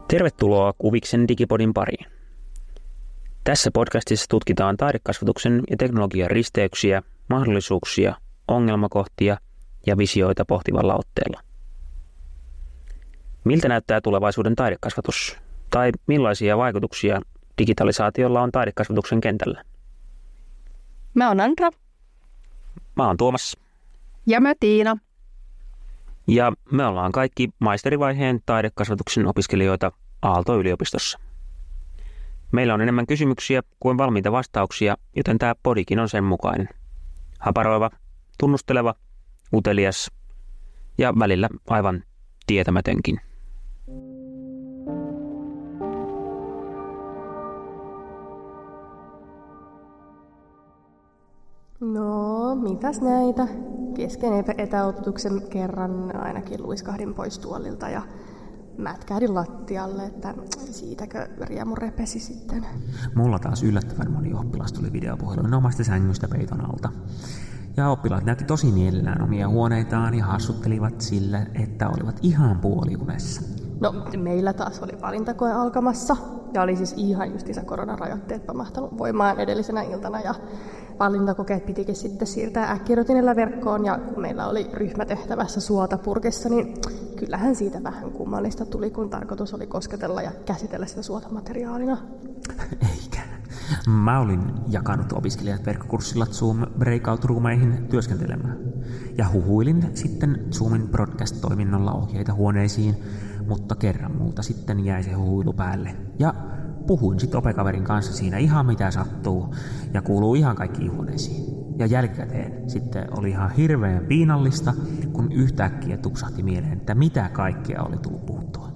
Tervetuloa Kuviksen Digipodin pariin. Tässä podcastissa tutkitaan taidekasvatuksen ja teknologian risteyksiä, mahdollisuuksia, ongelmakohtia ja visioita pohtivalla otteella. Miltä näyttää tulevaisuuden taidekasvatus? Tai millaisia vaikutuksia digitalisaatiolla on taidekasvatuksen kentällä? Mä oon Andra. Mä oon Tuomas. Ja mä Tiina. Ja me ollaan kaikki maisterivaiheen taidekasvatuksen opiskelijoita Aalto-yliopistossa. Meillä on enemmän kysymyksiä kuin valmiita vastauksia, joten tämä podikin on sen mukainen. Haparoiva, tunnusteleva, utelias ja välillä aivan tietämätönkin. No, mitäs näitä? Kesken etäopetuksen kerran ainakin luiskahdin pois tuolilta ja mätkähdin lattialle, että siitäkö riemu repesi sitten. Mulla taas yllättävän moni oppilas tuli videopuheluun omasta sängystä peiton alta. Ja oppilaat näytti tosi mielellään omia huoneitaan ja hassuttelivat sillä, että olivat ihan puoliunessa. No, meillä taas oli valintakoe alkamassa ja oli siis ihan justiinsa koronarajoitteet pamahtanut voimaan edellisenä iltana ja valintakokeet pitikin sitten siirtää äkkirotinilla verkkoon ja kun meillä oli ryhmätehtävässä suotapurkissa, niin kyllähän siitä vähän kummallista tuli, kun tarkoitus oli kosketella ja käsitellä sitä suotamateriaalina. Eikä. Mä olin jakanut opiskelijat verkkokurssilla Zoom breakout-ruumeihin työskentelemään. Ja huhuilin sitten Zoomin broadcast-toiminnolla ohjeita huoneisiin, mutta kerran multa sitten jäi se huhuilu päälle. Ja puhuin sitten opekaverin kanssa siinä ihan mitä sattuu ja kuuluu ihan kaikkiin huoneisiin. Ja jälkikäteen sitten oli ihan hirveän piinallista, kun yhtäkkiä tupsahti mieleen, että mitä kaikkea oli tullut puhuttua.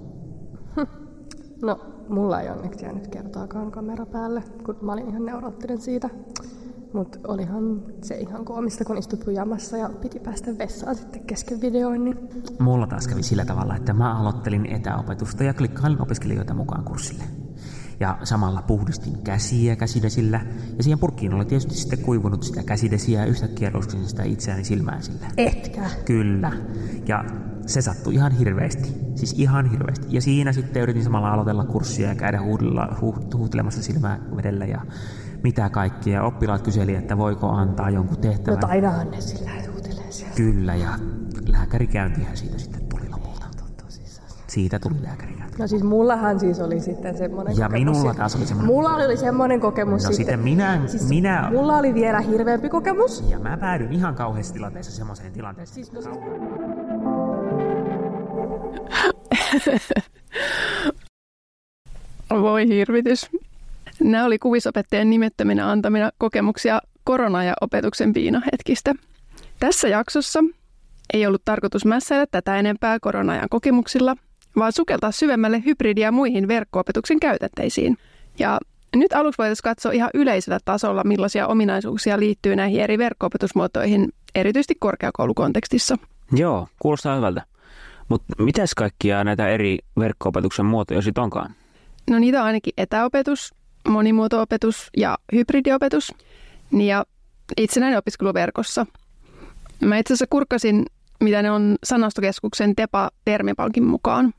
No, mulla ei onneksi jäänyt kertaakaan kamera päälle, kun mä olin ihan neuroottinen siitä. Mutta olihan se ihan koomista, kun istui pyjamassa ja piti päästä vessaan sitten kesken videoinnin. Mulla taas kävi sillä tavalla, että mä aloittelin etäopetusta ja klikkailin opiskelijoita mukaan kurssille. Ja samalla puhdistin käsiä käsidesillä. Ja siihen purkkiin oli tietysti sitten kuivunut sitä käsidesiä ja yhtäkkiä rouskin sitä itseäni silmään sillä. Etkä? Kyllä. Ja se sattui ihan hirveästi. Siis ihan hirveästi. Ja siinä sitten yritin samalla aloitella kurssia ja käydä huutelemassa silmää vedellä ja mitä kaikkea. Oppilaat kyseli, että voiko antaa jonkun tehtävän. No ainahan ne sillä huutelee siellä. Kyllä, ja lääkärikäyntihän siitä sitten tuli lopulta. Siitä tuli lääkärikäynti. No siis mullahan siis oli sitten semmoinen ja kokemus. Minulla taas oli semmoinen. Mulla oli semmoinen kokemus. No sitten minä. Mulla oli vielä hirveämpi kokemus. Ja mä päädyin ihan kauheassa tilanteessa semmoiseen tilanteeseen. Siis Voi hirvitys. Nämä oli kuvisopettajan nimettöminä antamina kokemuksia korona- ja opetuksen viinahetkistä. Tässä jaksossa ei ollut tarkoitus mässäillä tätä enempää korona-ajan kokemuksilla, vaan sukeltaa syvemmälle hybridi- ja muihin verkko-opetuksen käytänteisiin. Ja nyt aluksi voitaisiin katsoa ihan yleisellä tasolla, millaisia ominaisuuksia liittyy näihin eri verkko-opetusmuotoihin, erityisesti korkeakoulukontekstissa. Joo, kuulostaa hyvältä. Mutta mitäs kaikkia näitä eri verkko-opetuksen muotoja sitten onkaan? No niitä on ainakin etäopetus, monimuoto-opetus ja hybridiopetus ja itsenäinen opiskelu verkossa. Mä itse asiassa kurkkasin, mitä ne on Sanastokeskuksen TEPA-termipankin mukaan.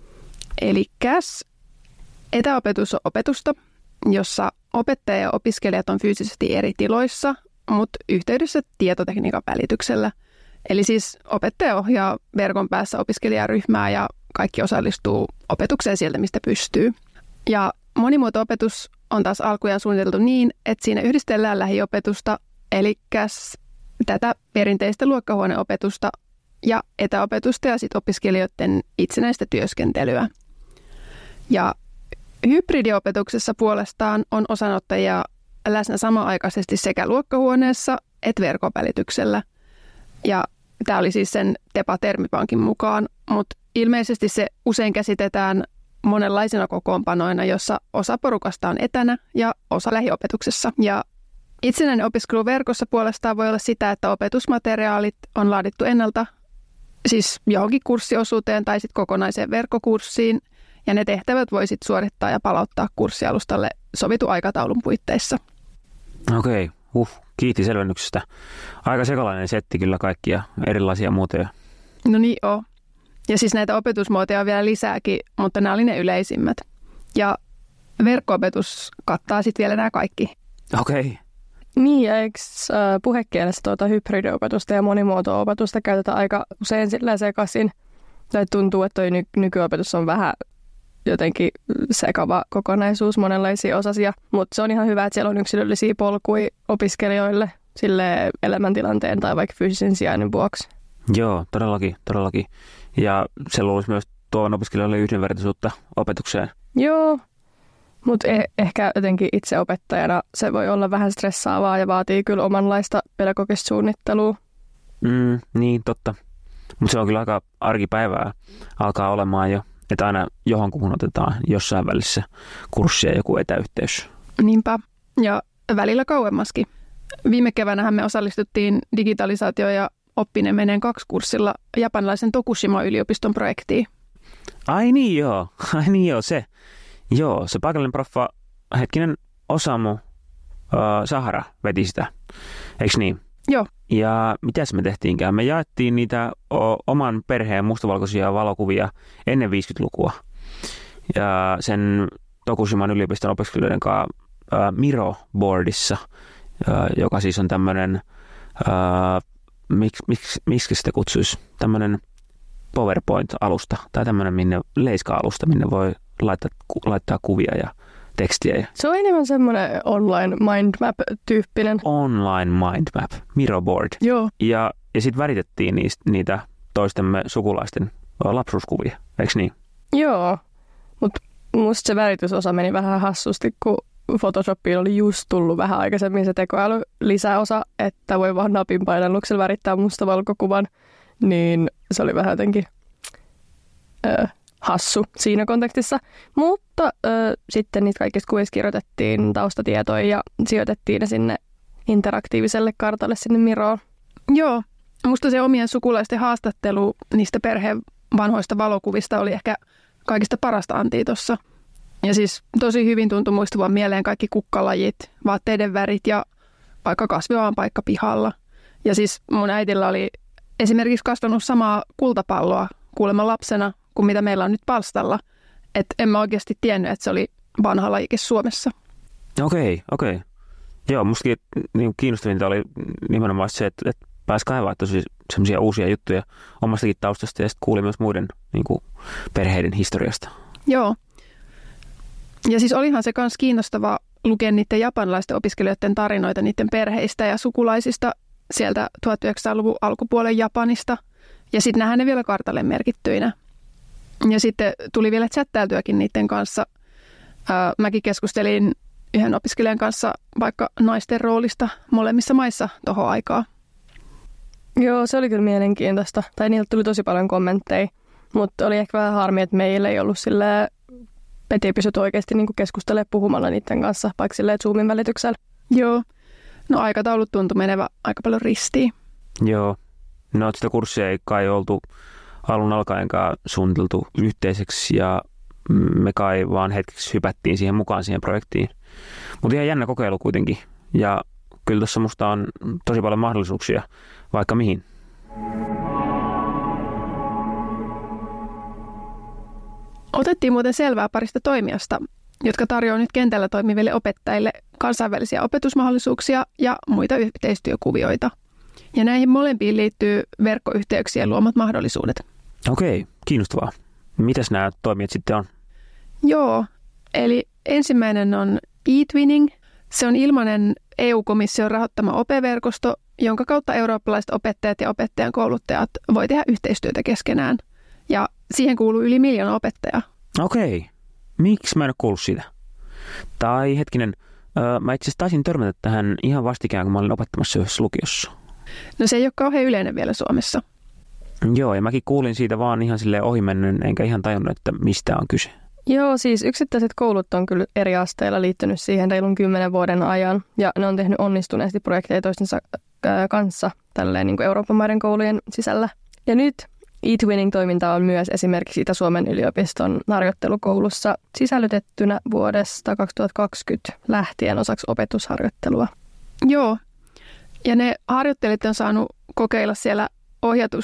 Elikkäs etäopetus on opetusta, jossa opettaja ja opiskelijat on fyysisesti eri tiloissa, mutta yhteydessä tietotekniikan välityksellä. Eli siis opettaja ohjaa verkon päässä opiskelijaryhmää ja kaikki osallistuu opetukseen sieltä, mistä pystyy. Ja monimuoto-opetus on taas alkujaan suunniteltu niin, että siinä yhdistellään lähiopetusta, eli tätä perinteistä luokkahuoneopetusta ja etäopetusta ja sitten opiskelijoiden itsenäistä työskentelyä. Ja hybridiopetuksessa puolestaan on osanottajia läsnä samanaikaisesti sekä luokkahuoneessa että verkon välityksellä. Ja tämä oli siis sen TEPA-termipankin mukaan, mutta ilmeisesti se usein käsitetään monenlaisina kokoonpanoina, jossa osa porukasta on etänä ja osa lähiopetuksessa. Ja itsenäinen opiskelu verkossa puolestaan voi olla sitä, että opetusmateriaalit on laadittu ennalta, siis johonkin kurssiosuuteen tai sitten kokonaiseen verkkokurssiin, ja ne tehtävät voi sitten suorittaa ja palauttaa kurssialustalle sovitun aikataulun puitteissa. Okei, kiitti selvennyksestä. Aika sekalainen setti kyllä kaikkia erilaisia muotoja. No niin, joo. Ja siis näitä opetusmuotoja on vielä lisääkin, mutta nämä oli ne yleisimmät. Ja verkko-opetus kattaa sitten vielä nämä kaikki. Okei. Niin, ja eikö puhekielessä hybridiopetusta ja monimuoto-opetusta käytetään aika usein sillä sekaisin? Tai tuntuu, että toi nykyopetus on vähän jotenkin sekava kokonaisuus, monenlaisia osasia. Mutta se on ihan hyvä, että siellä on yksilöllisiä polkuja opiskelijoille sille elämäntilanteen tai vaikka fyysisen sijainnin vuoksi. Joo, todellakin. Ja se luulisi myös tuovan opiskelijoille yhdenvertaisuutta opetukseen. Joo, mutta ehkä jotenkin itse opettajana se voi olla vähän stressaavaa ja vaatii kyllä omanlaista pedagogista suunnittelua. Niin, totta. Mutta se on kyllä aika arkipäivää alkaa olemaan jo, että aina johonkuhun otetaan jossain välissä kurssia joku etäyhteys. Niinpä, ja välillä kauemmaskin. Viime keväänähän me osallistuttiin digitalisaatio- ja oppinen meneen 2 kurssilla japanilaisen Tokushima-yliopiston projektiin. Ai niin joo, se. Joo, se paikallinen proffa, Osamu Sahara veti sitä, eikö niin? Joo. Ja mitäs me tehtiinkään? Me jaettiin niitä oman perheen mustavalkoisia valokuvia ennen 50-lukua. Ja sen Tokushiman yliopiston opiskelijoiden kanssa Miro-boardissa, joka siis on tämmöinen, miksi sitä kutsuisi, tämmöinen PowerPoint-alusta tai tämmöinen leiska-alusta, minne voi laittaa kuvia ja tekstiä. Se on enemmän semmoinen online mindmap-tyyppinen. Online mindmap, Miroboard. Joo. Ja sitten väritettiin niitä toistemme sukulaisten lapsuuskuvia, eikö niin? Joo, mutta musta se väritysosa meni vähän hassusti, kun Photoshopiin oli just tullut vähän aikaisemmin se tekoäly lisäosa, että voi vaan napin painalluksella värittää mustavalkokuvan, niin se oli vähän jotenkin hassu siinä kontekstissa. Mutta sitten niitä kaikista kuvista kirjoitettiin taustatietoja ja sijoitettiin ne sinne interaktiiviselle kartalle sinne Miroon. Joo, musta se omien sukulaisten haastattelu niistä perheen vanhoista valokuvista oli ehkä kaikista parasta antia tuossa. Ja siis tosi hyvin tuntui muistuvan mieleen kaikki kukkalajit, vaatteiden värit ja vaikka kasvimaan paikka pihalla. Ja siis mun äitillä oli esimerkiksi kasvanut samaa kultapalloa kuulemma lapsena kuin mitä meillä on nyt palstalla. Että en mä oikeasti tiennyt, että se oli vanha lajike Suomessa. Okei. Joo, mustakin niin kiinnostavinta oli nimenomaan se, että pääsi kaivaa tosi semmoisia uusia juttuja omastakin taustasta ja sitten kuuli myös muiden niin kuin perheiden historiasta. Joo. Ja siis olihan se myös kiinnostavaa lukea niiden japanilaisten opiskelijoiden tarinoita niiden perheistä ja sukulaisista sieltä 1900-luvun alkupuolen Japanista. Ja sitten nähdään ne vielä kartalle merkittyinä. Ja sitten tuli vielä chattailtyäkin niiden kanssa. Mäkin keskustelin yhden opiskelijan kanssa vaikka naisten roolista molemmissa maissa tohon aikaa. Joo, se oli kyllä mielenkiintoista. Tai niiltä tuli tosi paljon kommentteja, mutta oli ehkä vähän harmi, että meillä ei ollut silleen, että ei pysyt oikeasti niin keskustelemaan puhumalla niiden kanssa, vaikka silleen Zoomin välityksellä. Joo, no aikataulut tuntui menevä aika paljon ristiin. Joo, no sitä kurssia ei kai oltu alun alkaenkaan suunniteltu yhteiseksi ja me kai vaan hetkeksi hypättiin siihen mukaan siihen projektiin. Mutta ihan jännä kokeilu kuitenkin ja kyllä tuossa musta on tosi paljon mahdollisuuksia vaikka mihin. Otettiin muuten selvää parista toimijasta, jotka tarjoavat nyt kentällä toimiville opettajille kansainvälisiä opetusmahdollisuuksia ja muita yhteistyökuvioita. Ja näihin molempiin liittyy verkkoyhteyksien luomat mahdollisuudet. Okei, kiinnostavaa. Mitäs nämä toimijat sitten on? Joo, eli ensimmäinen on eTwinning. Se on ilmainen EU-komission rahoittama opeverkosto, jonka kautta eurooppalaiset opettajat ja opettajan kouluttajat voi tehdä yhteistyötä keskenään. Ja siihen kuuluu yli 1 miljoona opettajaa. Okei. Miksi mä en ole kuullut siitä? Tai hetkinen, mä itse asiassa taisin törmätä tähän ihan vastikään, kun mä olin opettamassa yhdessä lukiossa. No se ei ole kauhean yleinen vielä Suomessa. Joo, ja mäkin kuulin siitä vaan ihan silleen ohimennen, enkä ihan tajunnut, että mistä on kyse. Joo, siis yksittäiset koulut on kyllä eri asteilla liittynyt siihen reilun 10 vuoden ajan, ja ne on tehnyt onnistuneesti projekteja toistensa kanssa tälleen niin kuin Euroopan maiden koulujen sisällä. Ja nyt eTwinning-toiminta on myös esimerkiksi Itä-Suomen yliopiston harjoittelukoulussa sisällytettynä vuodesta 2020 lähtien osaksi opetusharjoittelua. Joo, ja ne harjoittelijat on saanut kokeilla siellä ohjatusti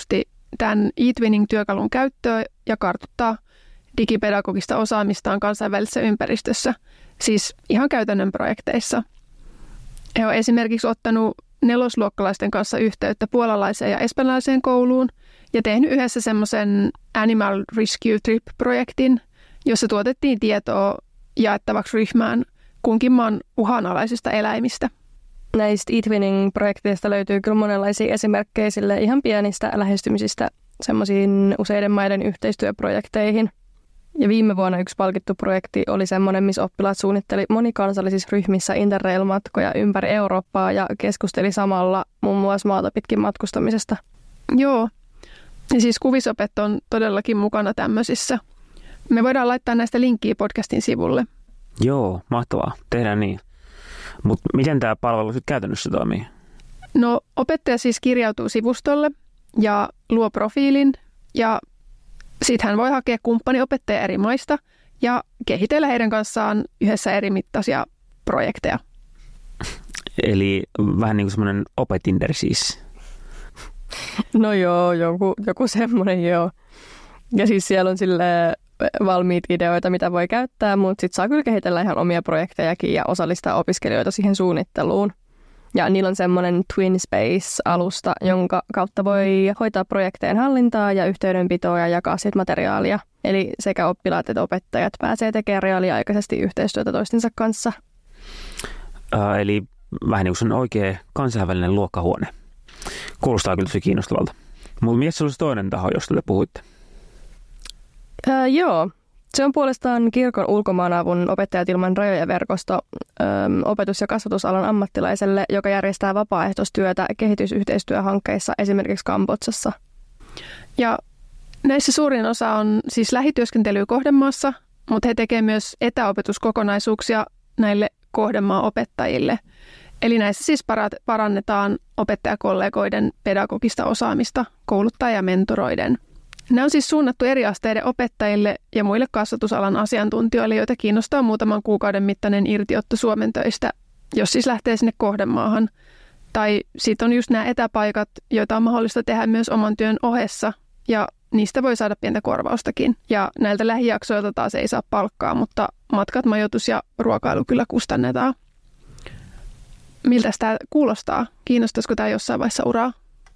tämän eTwinning-työkalun käyttöä ja kartoittaa digipedagogista osaamistaan kansainvälisessä ympäristössä, siis ihan käytännön projekteissa. He ovat esimerkiksi ottanut nelosluokkalaisten kanssa yhteyttä puolalaiseen ja espanjalaiseen kouluun ja tehnyt yhdessä semmoisen Animal Rescue Trip-projektin, jossa tuotettiin tietoa jaettavaksi ryhmään kunkin maan uhanalaisista eläimistä. Näistä eTwinning-projekteista löytyy kyllä monenlaisia esimerkkejä sille ihan pienistä lähestymisistä semmoisiin useiden maiden yhteistyöprojekteihin. Ja viime vuonna yksi palkittu projekti oli semmoinen, missä oppilaat suunnitteli monikansallisissa ryhmissä Interrail-matkoja ympäri Eurooppaa ja keskusteli samalla muun muassa maata pitkin matkustamisesta. Joo, ja siis Kuvisopet on todellakin mukana tämmöisissä. Me voidaan laittaa näistä linkkiä podcastin sivulle. Joo, mahtavaa. Tehdään niin. Mutta miten tämä palvelu sitten käytännössä toimii? No, opettaja siis kirjautuu sivustolle ja luo profiilin ja sitten hän voi hakea kumppaniopettajia eri maista ja kehitellä heidän kanssaan yhdessä eri mittaisia projekteja. Eli vähän niin kuin semmoinen opetinder siis. No joo, joku semmoinen joo. Ja siis siellä on silleen valmiita ideoita, mitä voi käyttää, mutta sitten saa kyllä kehitellä ihan omia projektejakin ja osallistaa opiskelijoita siihen suunnitteluun. Ja niillä on semmoinen TwinSpace-alusta, jonka kautta voi hoitaa projekteen hallintaa ja yhteydenpitoa ja jakaa siitä materiaalia. Eli sekä oppilaat että opettajat pääsee tekemään reaaliaikaisesti yhteistyötä toistensa kanssa. Eli vähän niin kuin sen oikea kansainvälinen luokkahuone. Kuulostaa kyllä tosi kiinnostavalta. Mutta mies se olisi toinen taho, josta te puhuitte. Joo. Se on puolestaan kirkon ulkomaanavun opettajat ilman rajoja -verkosto opetus- ja kasvatusalan ammattilaiselle, joka järjestää vapaaehtoistyötä kehitysyhteistyöhankkeissa esimerkiksi Kambodsassa. Ja näissä suurin osa on siis lähityöskentelyä kohdemaassa, mutta he tekevät myös etäopetuskokonaisuuksia näille kohdemaan opettajille. Eli näissä siis parannetaan opettajakollegoiden pedagogista osaamista kouluttaa ja mentoroiden. Nämä on siis suunnattu eri asteiden opettajille ja muille kasvatusalan asiantuntijoille, joita kiinnostaa muutaman kuukauden mittainen irtiotto Suomen töistä, jos siis lähtee sinne kohdemaahan. Tai sitten on just nämä etäpaikat, joita on mahdollista tehdä myös oman työn ohessa, ja niistä voi saada pientä korvaustakin. Ja näiltä lähijaksoilta taas ei saa palkkaa, mutta matkat, majoitus ja ruokailu kyllä kustannetaan. Miltä tämä kuulostaa? Kiinnostaisiko tämä jossain vaiheessa uraa?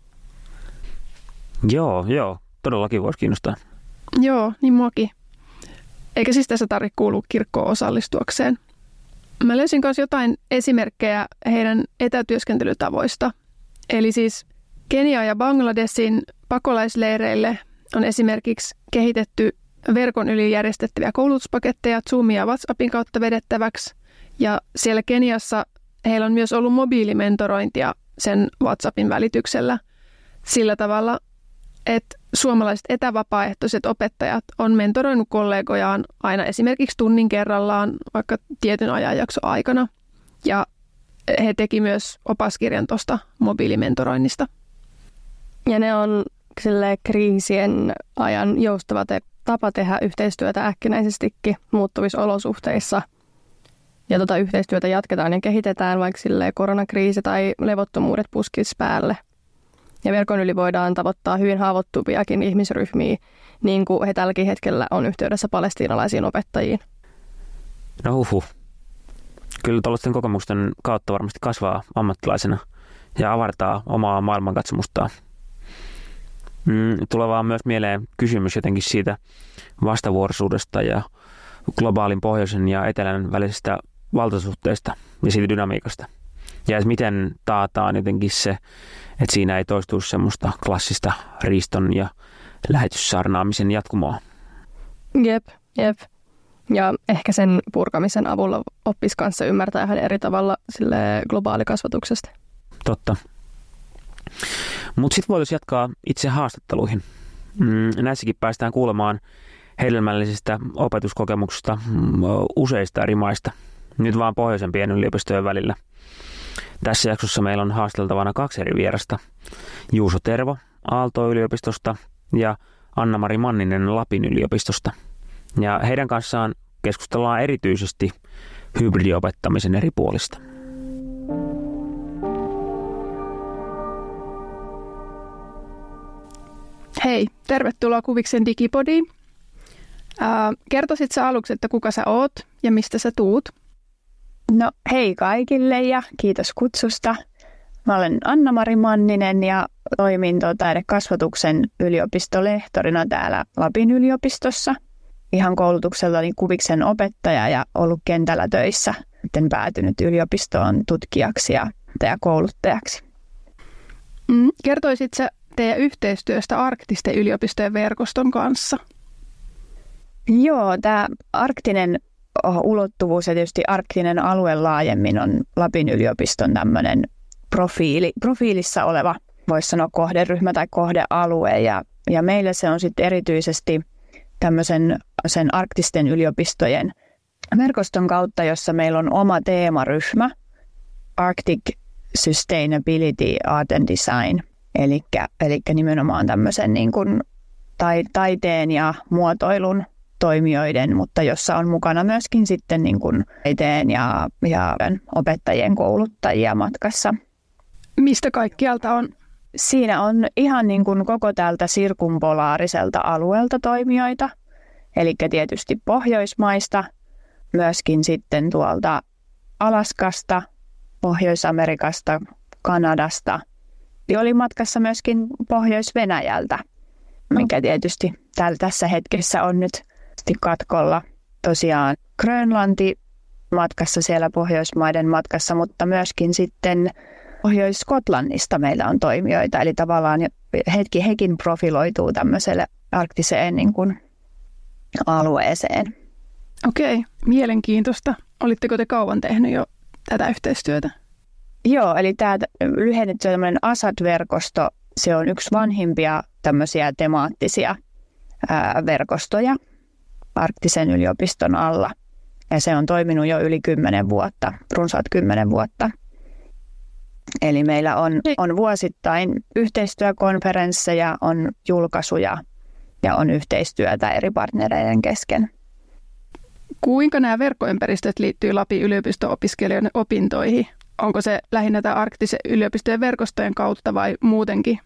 Joo. Todellakin voisi kiinnostaa. Joo, niin muakin. Eikä siis tässä tarvitse kuulua kirkkoon osallistuakseen. Mä löysin myös jotain esimerkkejä heidän etätyöskentelytavoista. Eli siis Kenia ja Bangladesin pakolaisleireille on esimerkiksi kehitetty verkon yli järjestettäviä koulutuspaketteja Zoomin ja WhatsAppin kautta vedettäväksi. Ja siellä Keniassa heillä on myös ollut mobiilimentorointia sen WhatsAppin välityksellä sillä tavalla, että suomalaiset etävapaaehtoiset opettajat on mentoroinut kollegojaan aina esimerkiksi tunnin kerrallaan vaikka tietyn ajanjakson aikana. Ja he teki myös opaskirjan tuosta mobiilimentoroinnista. Ja ne on kriisien ajan joustava tapa tehdä yhteistyötä äkkinäisestikin muuttuvissa olosuhteissa. Ja yhteistyötä jatketaan ja kehitetään, vaikka koronakriisi tai levottomuudet puskis päälle. Ja verkon yli voidaan tavoittaa hyvin haavoittuviakin ihmisryhmiä, niin kuin he tälläkin hetkellä on yhteydessä palestiinalaisiin opettajiin. No Kyllä tuollaisten kokemusten kautta varmasti kasvaa ammattilaisena ja avartaa omaa maailmankatsomustaan. Tulee vaan myös mieleen kysymys jotenkin siitä vastavuoroisuudesta ja globaalin pohjoisen ja etelän välisestä valtasuhteesta ja siitä dynamiikasta. Ja miten taataan jotenkin se, että siinä ei toistu semmoista klassista riiston ja lähetyssarnaamisen jatkumoa. Jep. Ja ehkä sen purkamisen avulla oppisi kanssa ymmärtää ihan eri tavalla globaalikasvatuksesta. Totta. Mutta sitten voitaisiin jatkaa itse haastatteluihin. Näissäkin päästään kuulemaan hedelmällisistä opetuskokemuksista useista eri maista. Nyt vaan pohjoisempien yliopistojen välillä. Tässä jaksossa meillä on haasteltavana 2 eri vierasta. Juuso Tervo Aalto-yliopistosta ja Anna-Mari Manninen Lapin yliopistosta. Ja heidän kanssaan keskustellaan erityisesti hybridiopettamisen eri puolista. Hei, tervetuloa Kuviksen Digipodiin. Kertoisit sä aluksi, että kuka sä oot ja mistä sä tuut? No hei kaikille ja kiitos kutsusta. Mä olen Anna-Mari Manninen ja toimin taidekasvatuksen yliopistolehtorina täällä Lapin yliopistossa. Ihan koulutuksellani Kuviksen opettaja ja ollut kentällä töissä. Sitten päätynyt yliopistoon tutkijaksi ja kouluttajaksi. Kertoisit sä teidän yhteistyöstä arktisten yliopistojen verkoston kanssa? Joo, tämä arktinen ulottuvuus ja tietysti arktinen alue laajemmin on Lapin yliopiston tämmöinen profiilissa oleva, voisi sanoa kohderyhmä tai kohdealue. Ja meille se on sitten erityisesti tämmöisen sen arktisten yliopistojen verkoston kautta, jossa meillä on oma teemaryhmä, Arctic Sustainability, Art and Design. Eli nimenomaan tämmöisen niin kuin taiteen ja muotoilun toimijoiden, mutta jossa on mukana myöskin sitten niin kuin taiteen ja opettajien kouluttajia matkassa. Mistä kaikkialta on? Siinä on ihan niin kuin koko tältä sirkumpolaariselta alueelta toimijoita, eli tietysti Pohjoismaista, myöskin sitten tuolta Alaskasta, Pohjois-Amerikasta, Kanadasta. Ja oli matkassa myöskin Pohjois-Venäjältä, mikä tietysti tässä hetkessä on nyt katkolla. Tosiaan Grönlanti matkassa siellä Pohjoismaiden matkassa, mutta myöskin sitten Pohjois-Skotlannista meillä on toimijoita. Eli tavallaan hekin profiloituu tämmöiselle arktiseen niin kuin alueeseen. Okei, mielenkiintoista. Olitteko te kauan tehnyt jo tätä yhteistyötä? Joo, eli tämä lyhennetty tämmöinen ASAD-verkosto, se on yksi vanhimpia tämmöisiä temaattisia verkostoja arktisen yliopiston alla. Ja se on toiminut jo yli 10 vuotta, runsaat 10 vuotta. Eli meillä on vuosittain yhteistyökonferensseja, on julkaisuja ja on yhteistyötä eri partnereiden kesken. Kuinka nämä verkkoympäristöt liittyy Lapin yliopisto-opiskelijoiden opintoihin? Onko se lähinnä tämä arktisen yliopistojen verkostojen kautta vai muutenkin?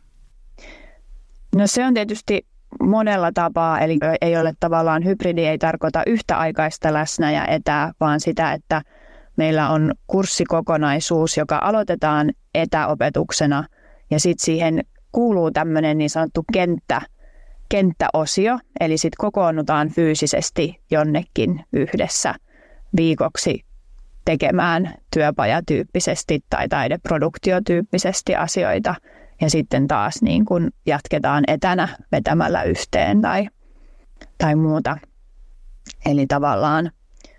No se on tietysti monella tapaa, eli ei ole tavallaan hybridi, ei tarkoita yhtäaikaista läsnä ja etää, vaan sitä, että meillä on kurssikokonaisuus, joka aloitetaan etäopetuksena ja sitten siihen kuuluu tämmöinen niin sanottu kenttäosio, eli sitten kokoonnutaan fyysisesti jonnekin yhdessä viikoksi tekemään työpajatyyppisesti tai taideproduktiotyyppisesti asioita ja sitten taas niin kun jatketaan etänä vetämällä yhteen tai muuta. Eli tavallaan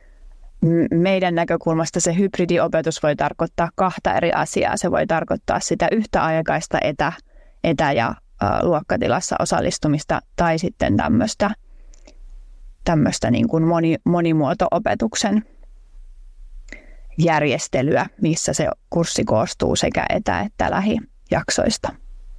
meidän näkökulmasta se hybridiopetus voi tarkoittaa kahta eri asiaa. Se voi tarkoittaa sitä yhtäaikaista etä- ja luokkatilassa osallistumista tai sitten tämmöistä niin kuin monimuoto-opetuksen järjestelyä, missä se kurssi koostuu sekä etä- että lähijaksoista.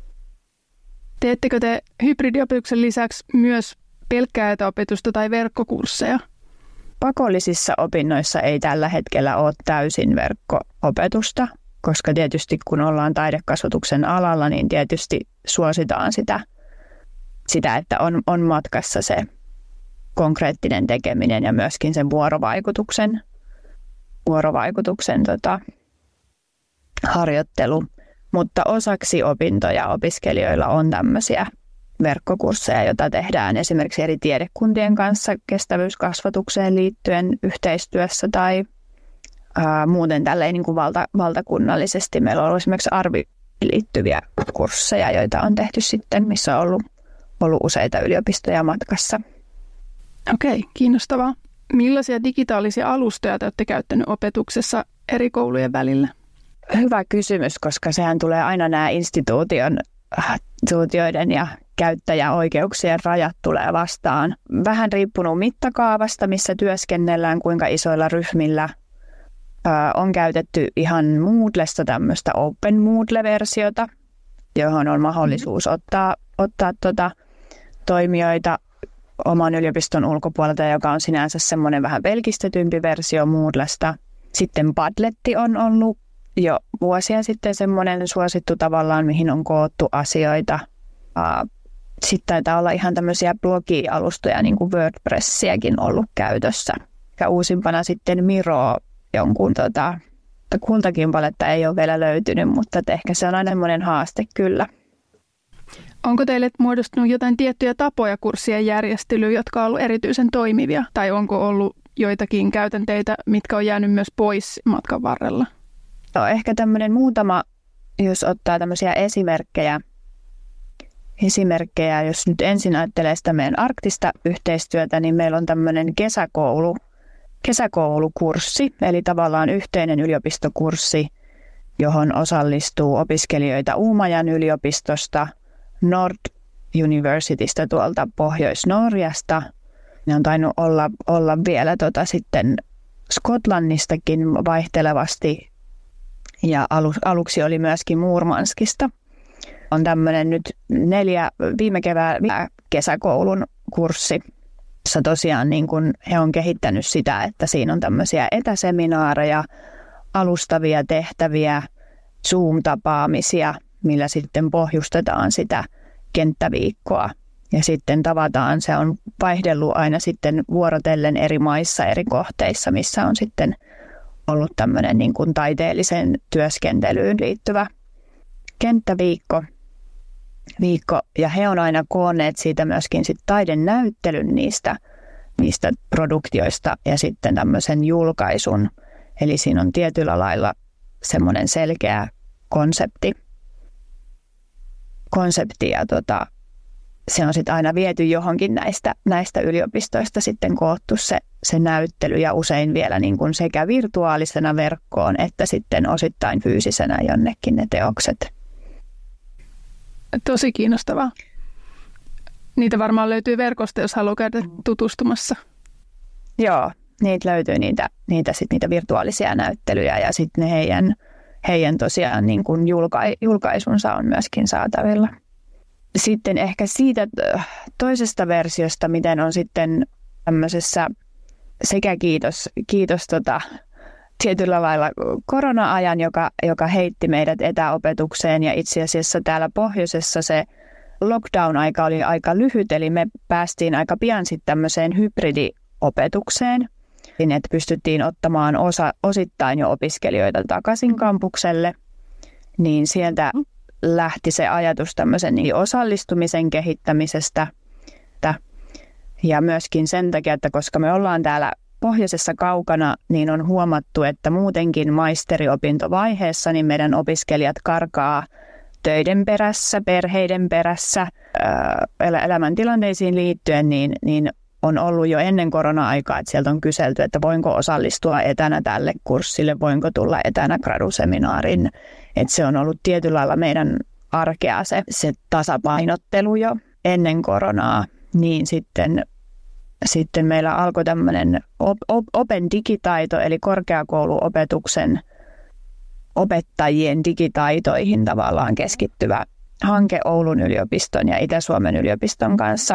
Teettekö te hybridiopetuksen lisäksi myös pelkkää etäopetusta tai verkkokursseja? Pakollisissa opinnoissa ei tällä hetkellä ole täysin verkko-opetusta, koska tietysti kun ollaan taidekasvatuksen alalla, niin tietysti suositaan sitä että on matkassa se konkreettinen tekeminen ja myöskin sen vuorovaikutuksen harjoittelu. Mutta osaksi opintoja opiskelijoilla on tämmöisiä verkkokursseja, joita tehdään esimerkiksi eri tiedekuntien kanssa kestävyyskasvatukseen liittyen yhteistyössä tai muuten tälleen niin kuin valtakunnallisesti. Meillä on ollut esimerkiksi arvioihin liittyviä kursseja, joita on tehty sitten, missä on ollut useita yliopistoja matkassa. Okei, kiinnostavaa. Millaisia digitaalisia alustoja te olette käyttänyt opetuksessa eri koulujen välillä? Hyvä kysymys, koska sehän tulee aina nämä instituutioiden ja käyttäjäoikeuksien rajat tulee vastaan. Vähän riippunut mittakaavasta, missä työskennellään, kuinka isoilla ryhmillä. On käytetty ihan Moodlesta tämmöistä Open Moodle-versiota, johon on mahdollisuus ottaa toimijoita oman yliopiston ulkopuolelta, joka on sinänsä semmoinen vähän pelkistetympi versio Moodlesta. Sitten Padletti on ollut jo vuosia sitten semmoinen suosittu tavallaan, mihin on koottu asioita Sitten taitaa olla ihan tämmöisiä blogialustoja, niin kuin WordPressiäkin ollut käytössä. Ja uusimpana sitten Miro, jonkun kultakimpaletta ei ole vielä löytynyt, mutta ehkä se on aina semmoinen haaste kyllä. Onko teille muodostunut jotain tiettyjä tapoja kurssien järjestelyyn, jotka on ollut erityisen toimivia? Tai onko ollut joitakin käytänteitä, mitkä on jäänyt myös pois matkan varrella? No, ehkä tämmöinen muutama, jos ottaa tämmöisiä esimerkkejä, jos nyt ensin ajattelee sitä meidän arktista yhteistyötä, niin meillä on tämmöinen kesäkoulukurssi, eli tavallaan yhteinen yliopistokurssi, johon osallistuu opiskelijoita Uumajan yliopistosta, Nord Universitystä tuolta Pohjois-Norjasta. Ne on tainnut olla vielä sitten Skotlannistakin vaihtelevasti ja aluksi oli myöskin Murmanskista. On tämmöinen nyt 4 viime kevään kesäkoulun kurssi, jossa tosiaan niin kun he on kehittänyt sitä, että siinä on tämmöisiä etäseminaareja, alustavia tehtäviä, Zoom-tapaamisia, millä sitten pohjustetaan sitä kenttäviikkoa. Ja sitten tavataan, se on vaihdellut aina sitten vuorotellen eri maissa, eri kohteissa, missä on sitten ollut tämmöinen niin kuin taiteelliseen työskentelyyn liittyvä kenttäviikko. Ja he on aina koonneet siitä myöskin sit taidenäyttelyn niistä produktioista ja sitten tämmöisen julkaisun. Eli siinä on tietyllä lailla semmoinen selkeä konsepti ja se on sitten aina viety johonkin näistä yliopistoista sitten koottu se näyttely ja usein vielä niin kuin sekä virtuaalisena verkkoon että sitten osittain fyysisenä jonnekin ne teokset. Tosi kiinnostavaa. Niitä varmaan löytyy verkosta, jos haluaa käydä tutustumassa. Joo, niitä löytyy niitä virtuaalisia näyttelyjä ja sitten ne heidän tosiaan niin kuin julkaisunsa on myöskin saatavilla. Sitten ehkä siitä toisesta versiosta, miten on sitten tämmöisessä sekä kiitos tietyllä lailla korona-ajan, joka heitti meidät etäopetukseen ja itse asiassa täällä pohjoisessa se lockdown-aika oli aika lyhyt, eli me päästiin aika pian sitten tämmöiseen hybridiopetukseen, että pystyttiin ottamaan osittain jo opiskelijoita takaisin kampukselle, niin sieltä lähti se ajatus tämmöisen osallistumisen kehittämisestä ja myöskin sen takia, että koska me ollaan täällä pohjoisessa kaukana, niin on huomattu, että muutenkin maisteriopintovaiheessa niin meidän opiskelijat karkaa töiden perässä, perheiden perässä, elämäntilanteisiin liittyen, niin on ollut jo ennen korona-aikaa, että sieltä on kyselty, että voinko osallistua etänä tälle kurssille, voinko tulla etänä graduseminaariin. Että se on ollut tietyllä lailla meidän arkea se tasapainottelu jo ennen koronaa, niin sitten meillä alkoi tämmöinen Open digitaito, eli korkeakouluopetuksen opettajien digitaitoihin tavallaan keskittyvä hanke Oulun yliopiston ja Itä-Suomen yliopiston kanssa.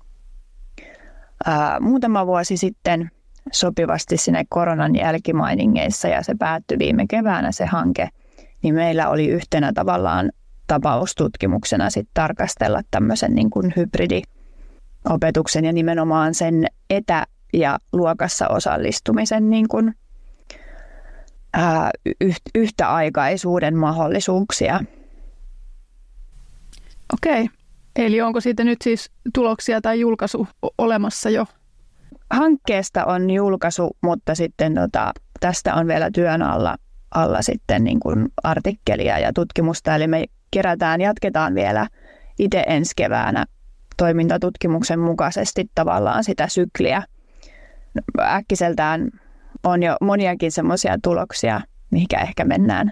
Muutama vuosi sitten sopivasti sinne koronan jälkimainingeissa ja se päättyi viime keväänä se hanke, niin meillä oli yhtenä tavallaan tapaustutkimuksena sit tarkastella tämmöisen niin kuin hybridiopetuksen ja nimenomaan sen ja luokassa osallistumisen niin kuin, yhtäaikaisuuden mahdollisuuksia. Okei. Eli onko siitä nyt siis tuloksia tai julkaisu olemassa jo? Hankkeesta on julkaisu, mutta sitten tästä on vielä työn alla sitten niin kuin artikkelia ja tutkimusta. Eli me jatketaan vielä itse ensi keväänä toimintatutkimuksen mukaisesti tavallaan sitä sykliä. Äkkiseltään on jo moniakin semmoisia tuloksia, mihinkä ehkä mennään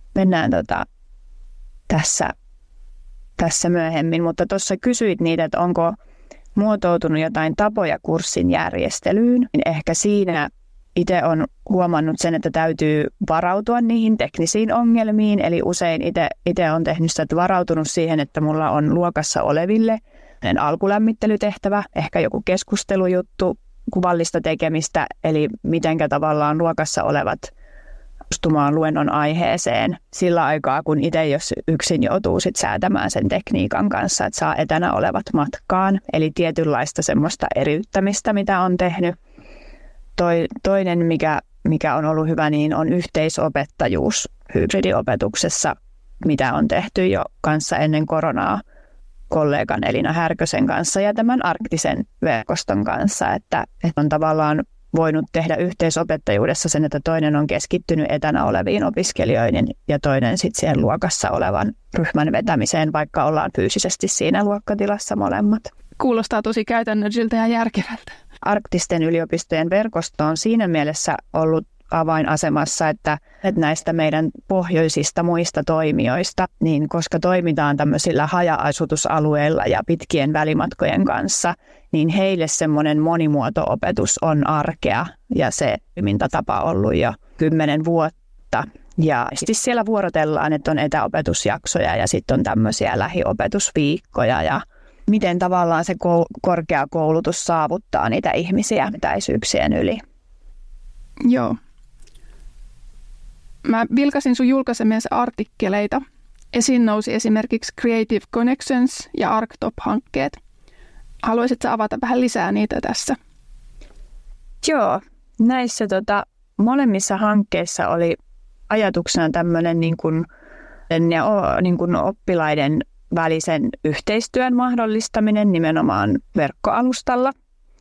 tässä myöhemmin, mutta tuossa kysyit niitä, että onko muotoutunut jotain tapoja kurssin järjestelyyn. Niin ehkä siinä itse olen huomannut sen, että täytyy varautua niihin teknisiin ongelmiin, eli usein itse olen tehnyt sitä, että varautunut siihen, että mulla on luokassa oleville alkulämmittelytehtävä, ehkä joku keskustelujuttu, kuvallista tekemistä, eli mitenkä tavallaan luokassa olevat tutustumaan luennon aiheeseen sillä aikaa, kun itse jos yksin joutuu sit säätämään sen tekniikan kanssa, että saa etänä olevat matkaan. Eli tietynlaista semmoista eriyttämistä, mitä on tehnyt. Toinen, mikä on ollut hyvä, niin on yhteisopettajuus hybridiopetuksessa, mitä on tehty jo kanssa ennen koronaa kollegan Elina Härkösen kanssa ja tämän arktisen verkoston kanssa, että on tavallaan voinut tehdä yhteisopettajuudessa sen, että toinen on keskittynyt etänä oleviin opiskelijoihin ja toinen sitten siihen luokassa olevan ryhmän vetämiseen, vaikka ollaan fyysisesti siinä luokkatilassa molemmat. Kuulostaa tosi käytännölliseltä ja järkevältä. Arktisten yliopistojen verkosto on siinä mielessä ollut avainasemassa, että näistä meidän pohjoisista muista toimijoista, niin koska toimitaan tämmöisillä haja-asutusalueilla ja pitkien välimatkojen kanssa, niin heille semmoinen monimuoto-opetus on arkea ja se toimintatapa on ollut jo 10 vuotta. Ja siis siellä vuorotellaan, että on etäopetusjaksoja ja sitten on tämmöisiä lähiopetusviikkoja ja miten tavallaan se korkeakoulutus saavuttaa niitä ihmisiä etäisyyksien yli. Joo. Mä vilkasin sun julkaisemiensa artikkeleita. Esiin nousi esimerkiksi Creative Connections ja ArcTop-hankkeet. Haluaisitko avata vähän lisää niitä tässä? Joo, näissä molemmissa hankkeissa oli ajatuksena tämmöinen niin kuin oppilaiden välisen yhteistyön mahdollistaminen nimenomaan verkkoalustalla.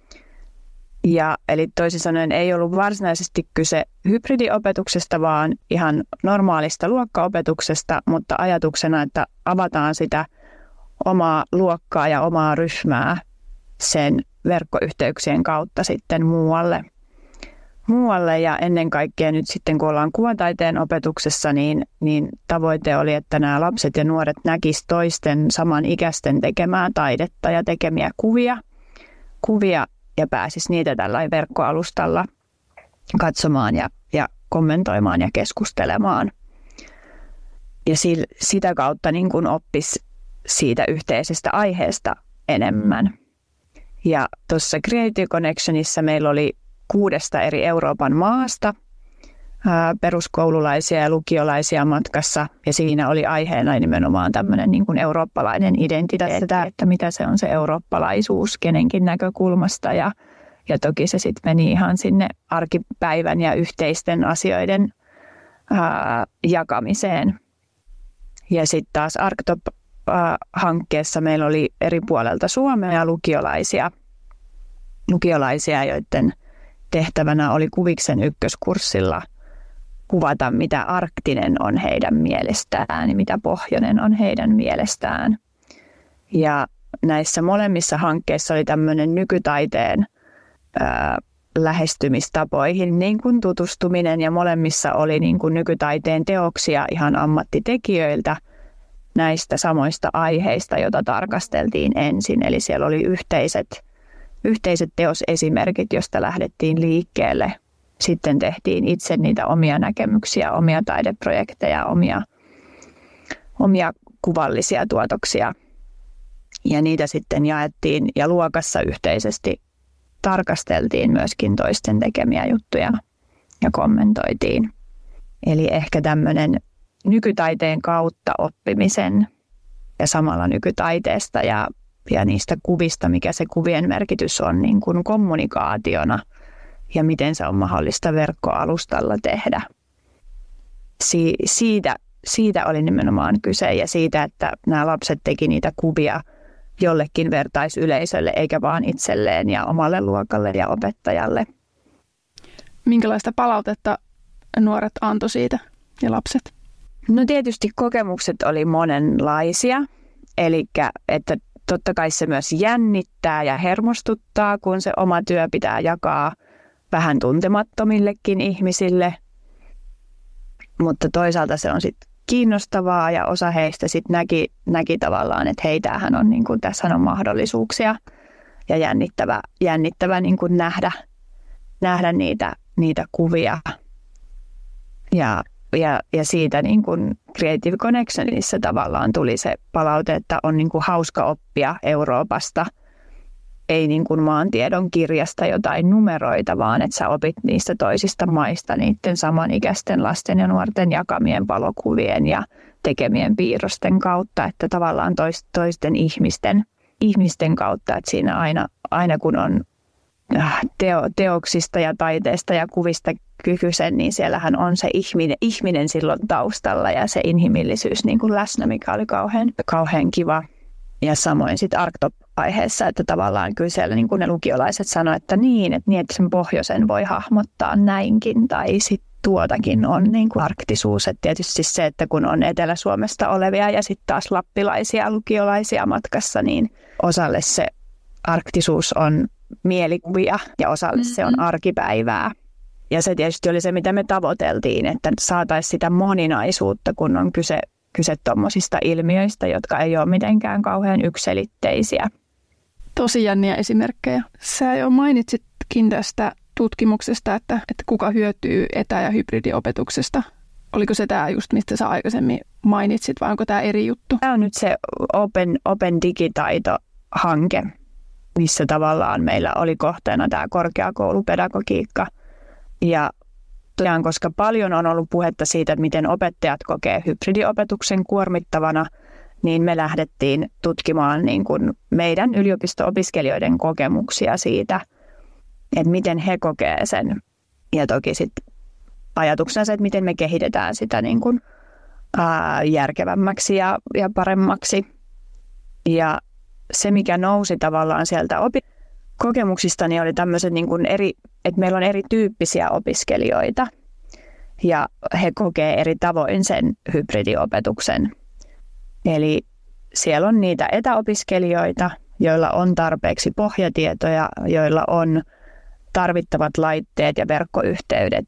Eli toisin sanoen ei ollut varsinaisesti kyse hybridiopetuksesta, vaan ihan normaalista luokkaopetuksesta, mutta ajatuksena, että avataan sitä omaa luokkaa ja omaa ryhmää sen verkkoyhteyksien kautta sitten muualle. Ja ennen kaikkea nyt sitten, kun ollaan kuvataiteen opetuksessa, niin tavoite oli, että nämä lapset ja nuoret näkisivät toisten samanikäisten tekemää taidetta ja tekemiä kuvia ja pääsisi niitä tällainen verkkoalustalla katsomaan ja kommentoimaan ja keskustelemaan. Ja sitä kautta niin kuin oppisi siitä yhteisestä aiheesta enemmän. Ja tuossa Creative Connectionissa meillä oli 6 eri Euroopan maasta peruskoululaisia ja lukiolaisia matkassa. Ja siinä oli aiheena nimenomaan tämmöinen niin kuin eurooppalainen identiteetti, että mitä se on se eurooppalaisuus kenenkin näkökulmasta. Ja toki se sitten meni ihan sinne arkipäivän ja yhteisten asioiden jakamiseen. Ja sitten taas ArcTop-hankkeessa meillä oli eri puolelta Suomea lukiolaisia, joiden tehtävänä oli Kuviksen ykköskurssilla kuvata, mitä arktinen on heidän mielestään ja mitä pohjoinen on heidän mielestään. Ja näissä molemmissa hankkeissa oli tämmöinen nykytaiteen lähestymistapoihin niin kuin tutustuminen ja molemmissa oli niin kuin nykytaiteen teoksia ihan ammattitekijöiltä näistä samoista aiheista, joita tarkasteltiin ensin. Eli siellä oli yhteiset teosesimerkit, joista lähdettiin liikkeelle. Sitten tehtiin itse niitä omia näkemyksiä, omia taideprojekteja, omia kuvallisia tuotoksia. Ja niitä sitten jaettiin ja luokassa yhteisesti tarkasteltiin myöskin toisten tekemiä juttuja ja kommentoitiin. Eli ehkä tämmöinen nykytaiteen kautta oppimisen ja samalla nykytaiteesta ja niistä kuvista, mikä se kuvien merkitys on niin kuin kommunikaationa ja miten se on mahdollista verkkoalustalla tehdä. Siitä oli nimenomaan kyse ja siitä, että nämä lapset teki niitä kuvia jollekin vertaisyleisölle eikä vaan itselleen ja omalle luokalle ja opettajalle. Minkälaista palautetta nuoret antoi siitä ja lapset? No tietysti kokemukset oli monenlaisia, eli että totta kai se myös jännittää ja hermostuttaa, kun se oma työ pitää jakaa vähän tuntemattomillekin ihmisille. Mutta toisaalta se on sitten kiinnostavaa ja osa heistä sitten näki tavallaan, että hei, tämähän on niin kuin, tässä on mahdollisuuksia ja jännittävä niin kuin nähdä niitä kuvia. Ja siitä niin kuin Creative Connectionissa tavallaan tuli se palaute, että on niin kuin hauska oppia Euroopasta ei niin kuin maantiedon kirjasta jotain numeroita, vaan että sä opit niistä toisista maista niiden samanikäisten lasten ja nuorten jakamien valokuvien ja tekemien piirrosten kautta, että tavallaan toisten ihmisten kautta, että siinä aina kun on teoksista ja taiteesta ja kuvista kykyisen, niin siellähän on se ihminen silloin taustalla ja se inhimillisyys niin kuin läsnä, mikä oli kauhean kiva. Ja samoin sitten Arktop-aiheessa, että tavallaan kyllä siellä niin kuin ne lukiolaiset sanoivat, että että sen pohjoisen voi hahmottaa näinkin tai sitten tuotakin on niin kuin arktisuus. Et tietysti se, että kun on Etelä-Suomesta olevia ja sitten taas lappilaisia lukiolaisia matkassa, niin osalle se arktisuus on mielikuvia ja osalle se on arkipäivää. Ja se tietysti oli se, mitä me tavoiteltiin, että saataisiin sitä moninaisuutta, kun on kyse tuommoisista ilmiöistä, jotka ei ole mitenkään kauhean yksiselitteisiä. Tosi jänniä esimerkkejä. Sä jo mainitsitkin tästä tutkimuksesta, että kuka hyötyy etä- ja hybridiopetuksesta. Oliko se tämä just, mistä sä aikaisemmin mainitsit, vai onko tämä eri juttu? Tämä on nyt se Open Digitaito-hanke, missä tavallaan meillä oli kohteena tämä korkeakoulupedagogiikka. Ja tosiaan, koska paljon on ollut puhetta siitä, että miten opettajat kokee hybridiopetuksen kuormittavana, niin me lähdettiin tutkimaan niin kuin meidän yliopisto-opiskelijoiden kokemuksia siitä, että miten he kokee sen. Ja toki sitten ajatuksena se, että miten me kehitetään sitä niin kuin, järkevämmäksi ja paremmaksi. Ja se, mikä nousi tavallaan sieltä kokemuksista, niin oli tämmöiset niin kuin että meillä on erityyppisiä opiskelijoita ja he kokee eri tavoin sen hybridiopetuksen. Eli siellä on niitä etäopiskelijoita, joilla on tarpeeksi pohjatietoja, joilla on tarvittavat laitteet ja verkkoyhteydet,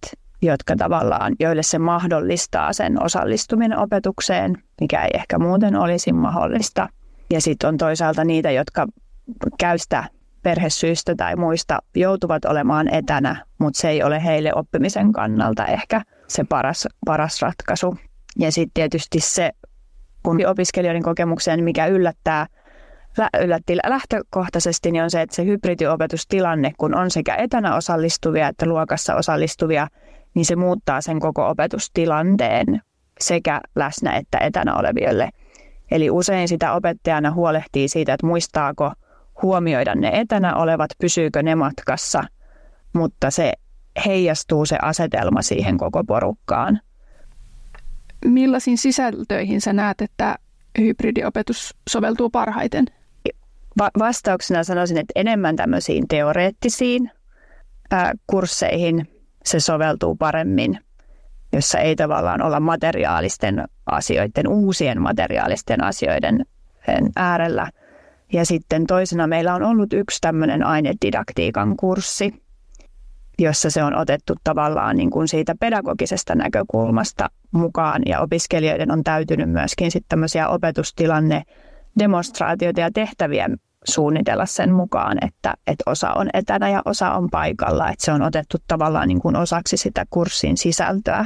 joille se mahdollistaa sen osallistuminen opetukseen, mikä ei ehkä muuten olisi mahdollista. Ja sitten on toisaalta niitä, jotka käystä perhesyistä tai muista joutuvat olemaan etänä, mutta se ei ole heille oppimisen kannalta ehkä se paras ratkaisu. Ja sitten tietysti se, kun opiskelijoiden kokemukseen, mikä yllätti lähtökohtaisesti, niin on se, että se hybridiopetustilanne, kun on sekä etänä osallistuvia että luokassa osallistuvia, niin se muuttaa sen koko opetustilanteen sekä läsnä että etänä oleville. Eli usein sitä opettajana huolehtii siitä, että muistaako huomioida ne etänä olevat, pysyykö ne matkassa, mutta se heijastuu se asetelma siihen koko porukkaan. Millaisiin sisältöihin sä näet, että hybridiopetus soveltuu parhaiten? Vastauksena sanoisin, että enemmän tämmöisiin teoreettisiin kursseihin se soveltuu paremmin, jossa ei tavallaan olla uusien materiaalisten asioiden äärellä. Ja sitten toisena meillä on ollut yksi tämmöinen ainedidaktiikan kurssi, jossa se on otettu tavallaan niin kuin siitä pedagogisesta näkökulmasta mukaan. Ja opiskelijoiden on täytynyt myöskin sitten tämmöisiä opetustilanne-demonstraatioita ja tehtäviä suunnitella sen mukaan, että osa on etänä ja osa on paikalla. Että se on otettu tavallaan niin kuin osaksi sitä kurssin sisältöä.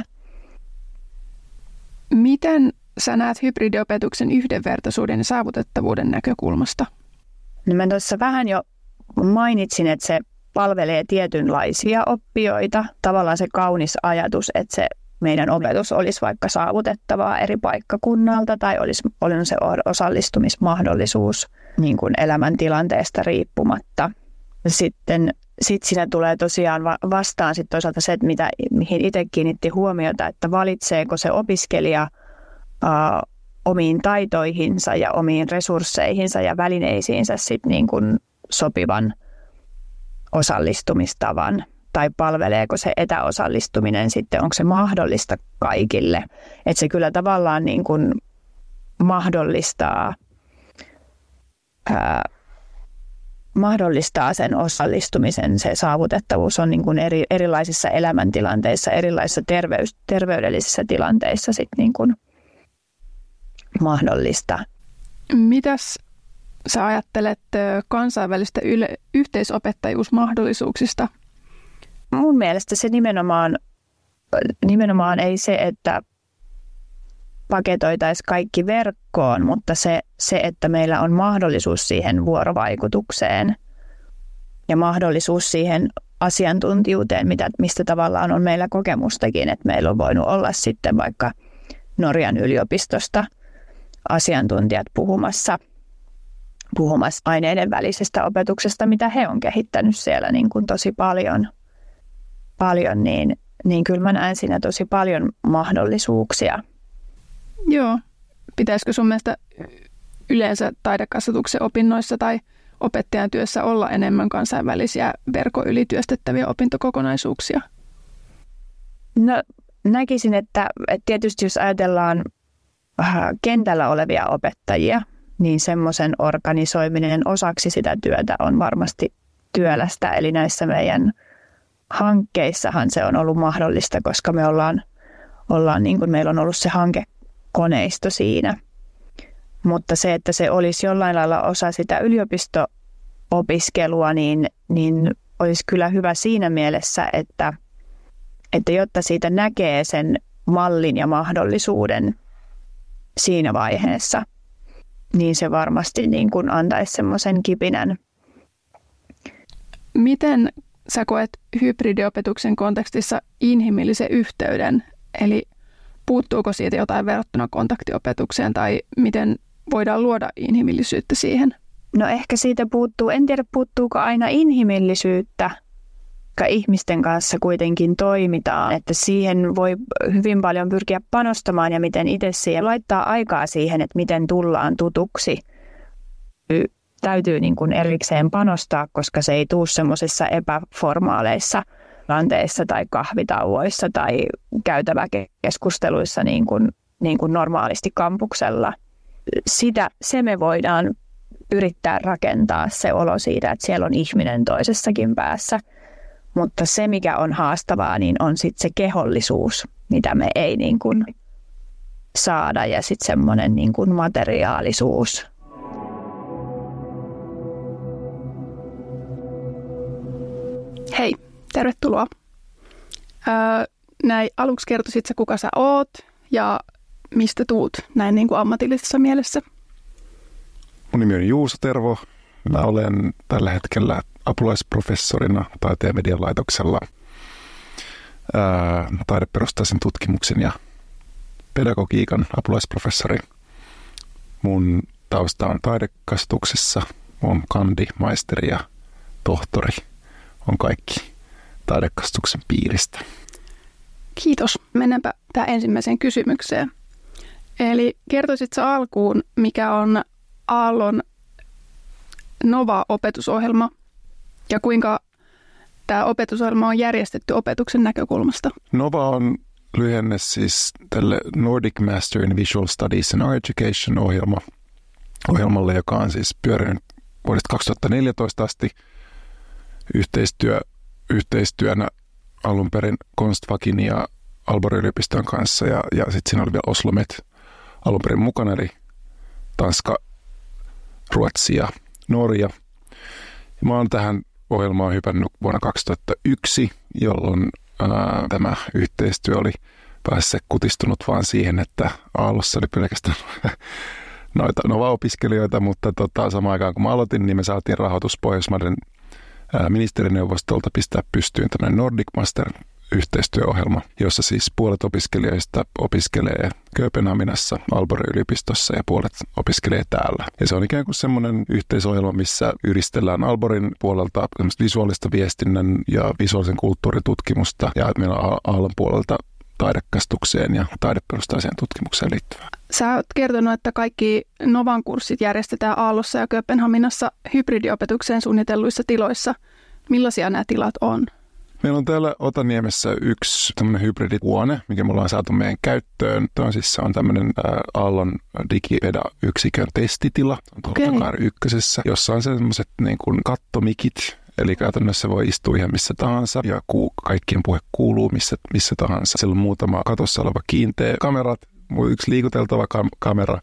Miten sä näet hybridiopetuksen yhdenvertaisuuden ja saavutettavuuden näkökulmasta? No mä tuossa vähän jo mainitsin, että se palvelee tietynlaisia oppijoita. Tavallaan se kaunis ajatus, että se meidän opetus olisi vaikka saavutettavaa eri paikkakunnalta tai olisi se osallistumismahdollisuus niin kuin elämäntilanteesta riippumatta. Sitten siinä tulee tosiaan vastaan sit toisaalta se, että mihin itse kiinnitti huomiota, että valitseeko se opiskelija omiin taitoihinsa ja omiin resursseihinsa ja välineisiinsä sit niin kuin sopivan osallistumistavan, tai palveleeko se etäosallistuminen sitten, onko se mahdollista kaikille. Että se kyllä tavallaan niin kuin mahdollistaa sen osallistumisen, se saavutettavuus on niin kuin erilaisissa elämäntilanteissa, erilaisissa terveydellisissä tilanteissa sit niin kuin mahdollista. Mitäs sä ajattelet kansainvälistä yhteisopettajuusmahdollisuuksista? Mun mielestä se nimenomaan ei se, että paketoitaisiin kaikki verkkoon, mutta se, että meillä on mahdollisuus siihen vuorovaikutukseen ja mahdollisuus siihen asiantuntijuuteen, mistä tavallaan on meillä kokemustakin, että meillä on voinut olla sitten vaikka Norjan yliopistosta asiantuntijat puhumassa aineiden välisestä opetuksesta, mitä he on kehittänyt siellä niin kuin tosi paljon niin kyllä mä näen siinä tosi paljon mahdollisuuksia. Joo. Pitäisikö sun mielestä yleensä taidekasvatuksen opinnoissa tai opettajan työssä olla enemmän kansainvälisiä verkon ylityöstettäviä opintokokonaisuuksia? No näkisin, että tietysti jos ajatellaan kentällä olevia opettajia, niin semmoisen organisoiminen osaksi sitä työtä on varmasti työlästä. Eli näissä meidän hankkeissahan se on ollut mahdollista, koska me ollaan niin kuin meillä on ollut se hankekoneisto siinä. Mutta se, että se olisi jollain lailla osa sitä yliopisto-opiskelua, niin olisi kyllä hyvä siinä mielessä, että jotta siitä näkee sen mallin ja mahdollisuuden siinä vaiheessa, niin se varmasti niin kuin antaisi semmoisen kipinän. Miten sä koet hybridiopetuksen kontekstissa inhimillisen yhteyden? Eli puuttuuko siitä jotain verrattuna kontaktiopetukseen tai miten voidaan luoda inhimillisyyttä siihen? No ehkä siitä puuttuu, en tiedä puuttuuko aina inhimillisyyttä, koska ihmisten kanssa kuitenkin toimitaan, että siihen voi hyvin paljon pyrkiä panostamaan ja miten itse siihen laittaa aikaa siihen, että miten tullaan tutuksi. Täytyy niin kuin erikseen panostaa, koska se ei tule semmoisissa epäformaaleissa tilanteissa tai kahvitauoissa tai käytäväkeskusteluissa niin kuin normaalisti kampuksella. Se me voidaan yrittää rakentaa se olo siitä, että siellä on ihminen toisessakin päässä. Mutta se, mikä on haastavaa, niin on sitten se kehollisuus, mitä me ei niin kuin saada ja sitten semmoinen niin kuin materiaalisuus. Hei, tervetuloa. Näin aluksi kertoisit sä, kuka sä oot ja mistä tuut näin niin kuin ammatillisessa mielessä? Mun nimi on Juuso Tervo. Mä olen tällä hetkellä apulaisprofessorina Taiteen ja median laitoksella taideperustaisen tutkimuksen ja pedagogiikan apulaisprofessori. Mun tausta on taidekasvatuksessa, on kandi, maisteri ja tohtori. On kaikki taidekasvatuksen piiristä. Kiitos. Mennäänpä tähän ensimmäiseen kysymykseen. Eli kertoisitko alkuun, mikä on Aallon Nova-opetusohjelma ja kuinka tämä opetusohjelma on järjestetty opetuksen näkökulmasta? Nova on lyhenne siis tälle Nordic Master in Visual Studies and Art Education ohjelmalle, joka on siis pyörinyt vuodesta 2014 asti yhteistyönä alun perin Konstfackin ja Aalborg-yliopiston kanssa ja sitten siinä oli vielä Oslomet alun perin mukana, eli Tanska, Ruotsi ja Norja. Mä oon tähän ohjelmaan hypännyt vuonna 2001, jolloin tämä yhteistyö oli päässä kutistunut vaan siihen, että Aallossa oli pelkästään noita Nova-opiskelijoita, mutta samaan aikaan kun mä aloitin, niin me saatiin rahoitus Pohjoismaiden ministerineuvostolta pistää pystyyn tämmöinen Nordic Master yhteistyöohjelma, jossa siis puolet opiskelijoista opiskelee Kööpenhaminassa, Aalborg-yliopistossa ja puolet opiskelee täällä. Ja se on ikään kuin semmoinen yhteisohjelma, missä yhdistellään Aalborgin puolelta visuaalista viestinnän ja visuaalisen kulttuuritutkimusta ja meillä on Aallon puolelta taidekastukseen ja taideperustaiseen tutkimukseen liittyvää. Sä oot kertonut, että kaikki Novan kurssit järjestetään Aallossa ja Kööpenhaminassa hybridiopetukseen suunnitelluissa tiloissa. Millaisia nämä tilat on? Meillä on täällä Otaniemessä yksi tämmöinen hybridihuone, mikä me ollaan saatu meidän käyttöön. Se on tämmöinen Aallon digipeda-yksikön testitila, Tortakaari ykkösessä, jossa on sellaiset niin kuin kattomikit. Eli käytännössä voi istua ihan missä tahansa ja kaikkien puhe kuuluu missä tahansa. Siellä on muutama katossa oleva kiinteä kamerat, yksi liikuteltava kamera.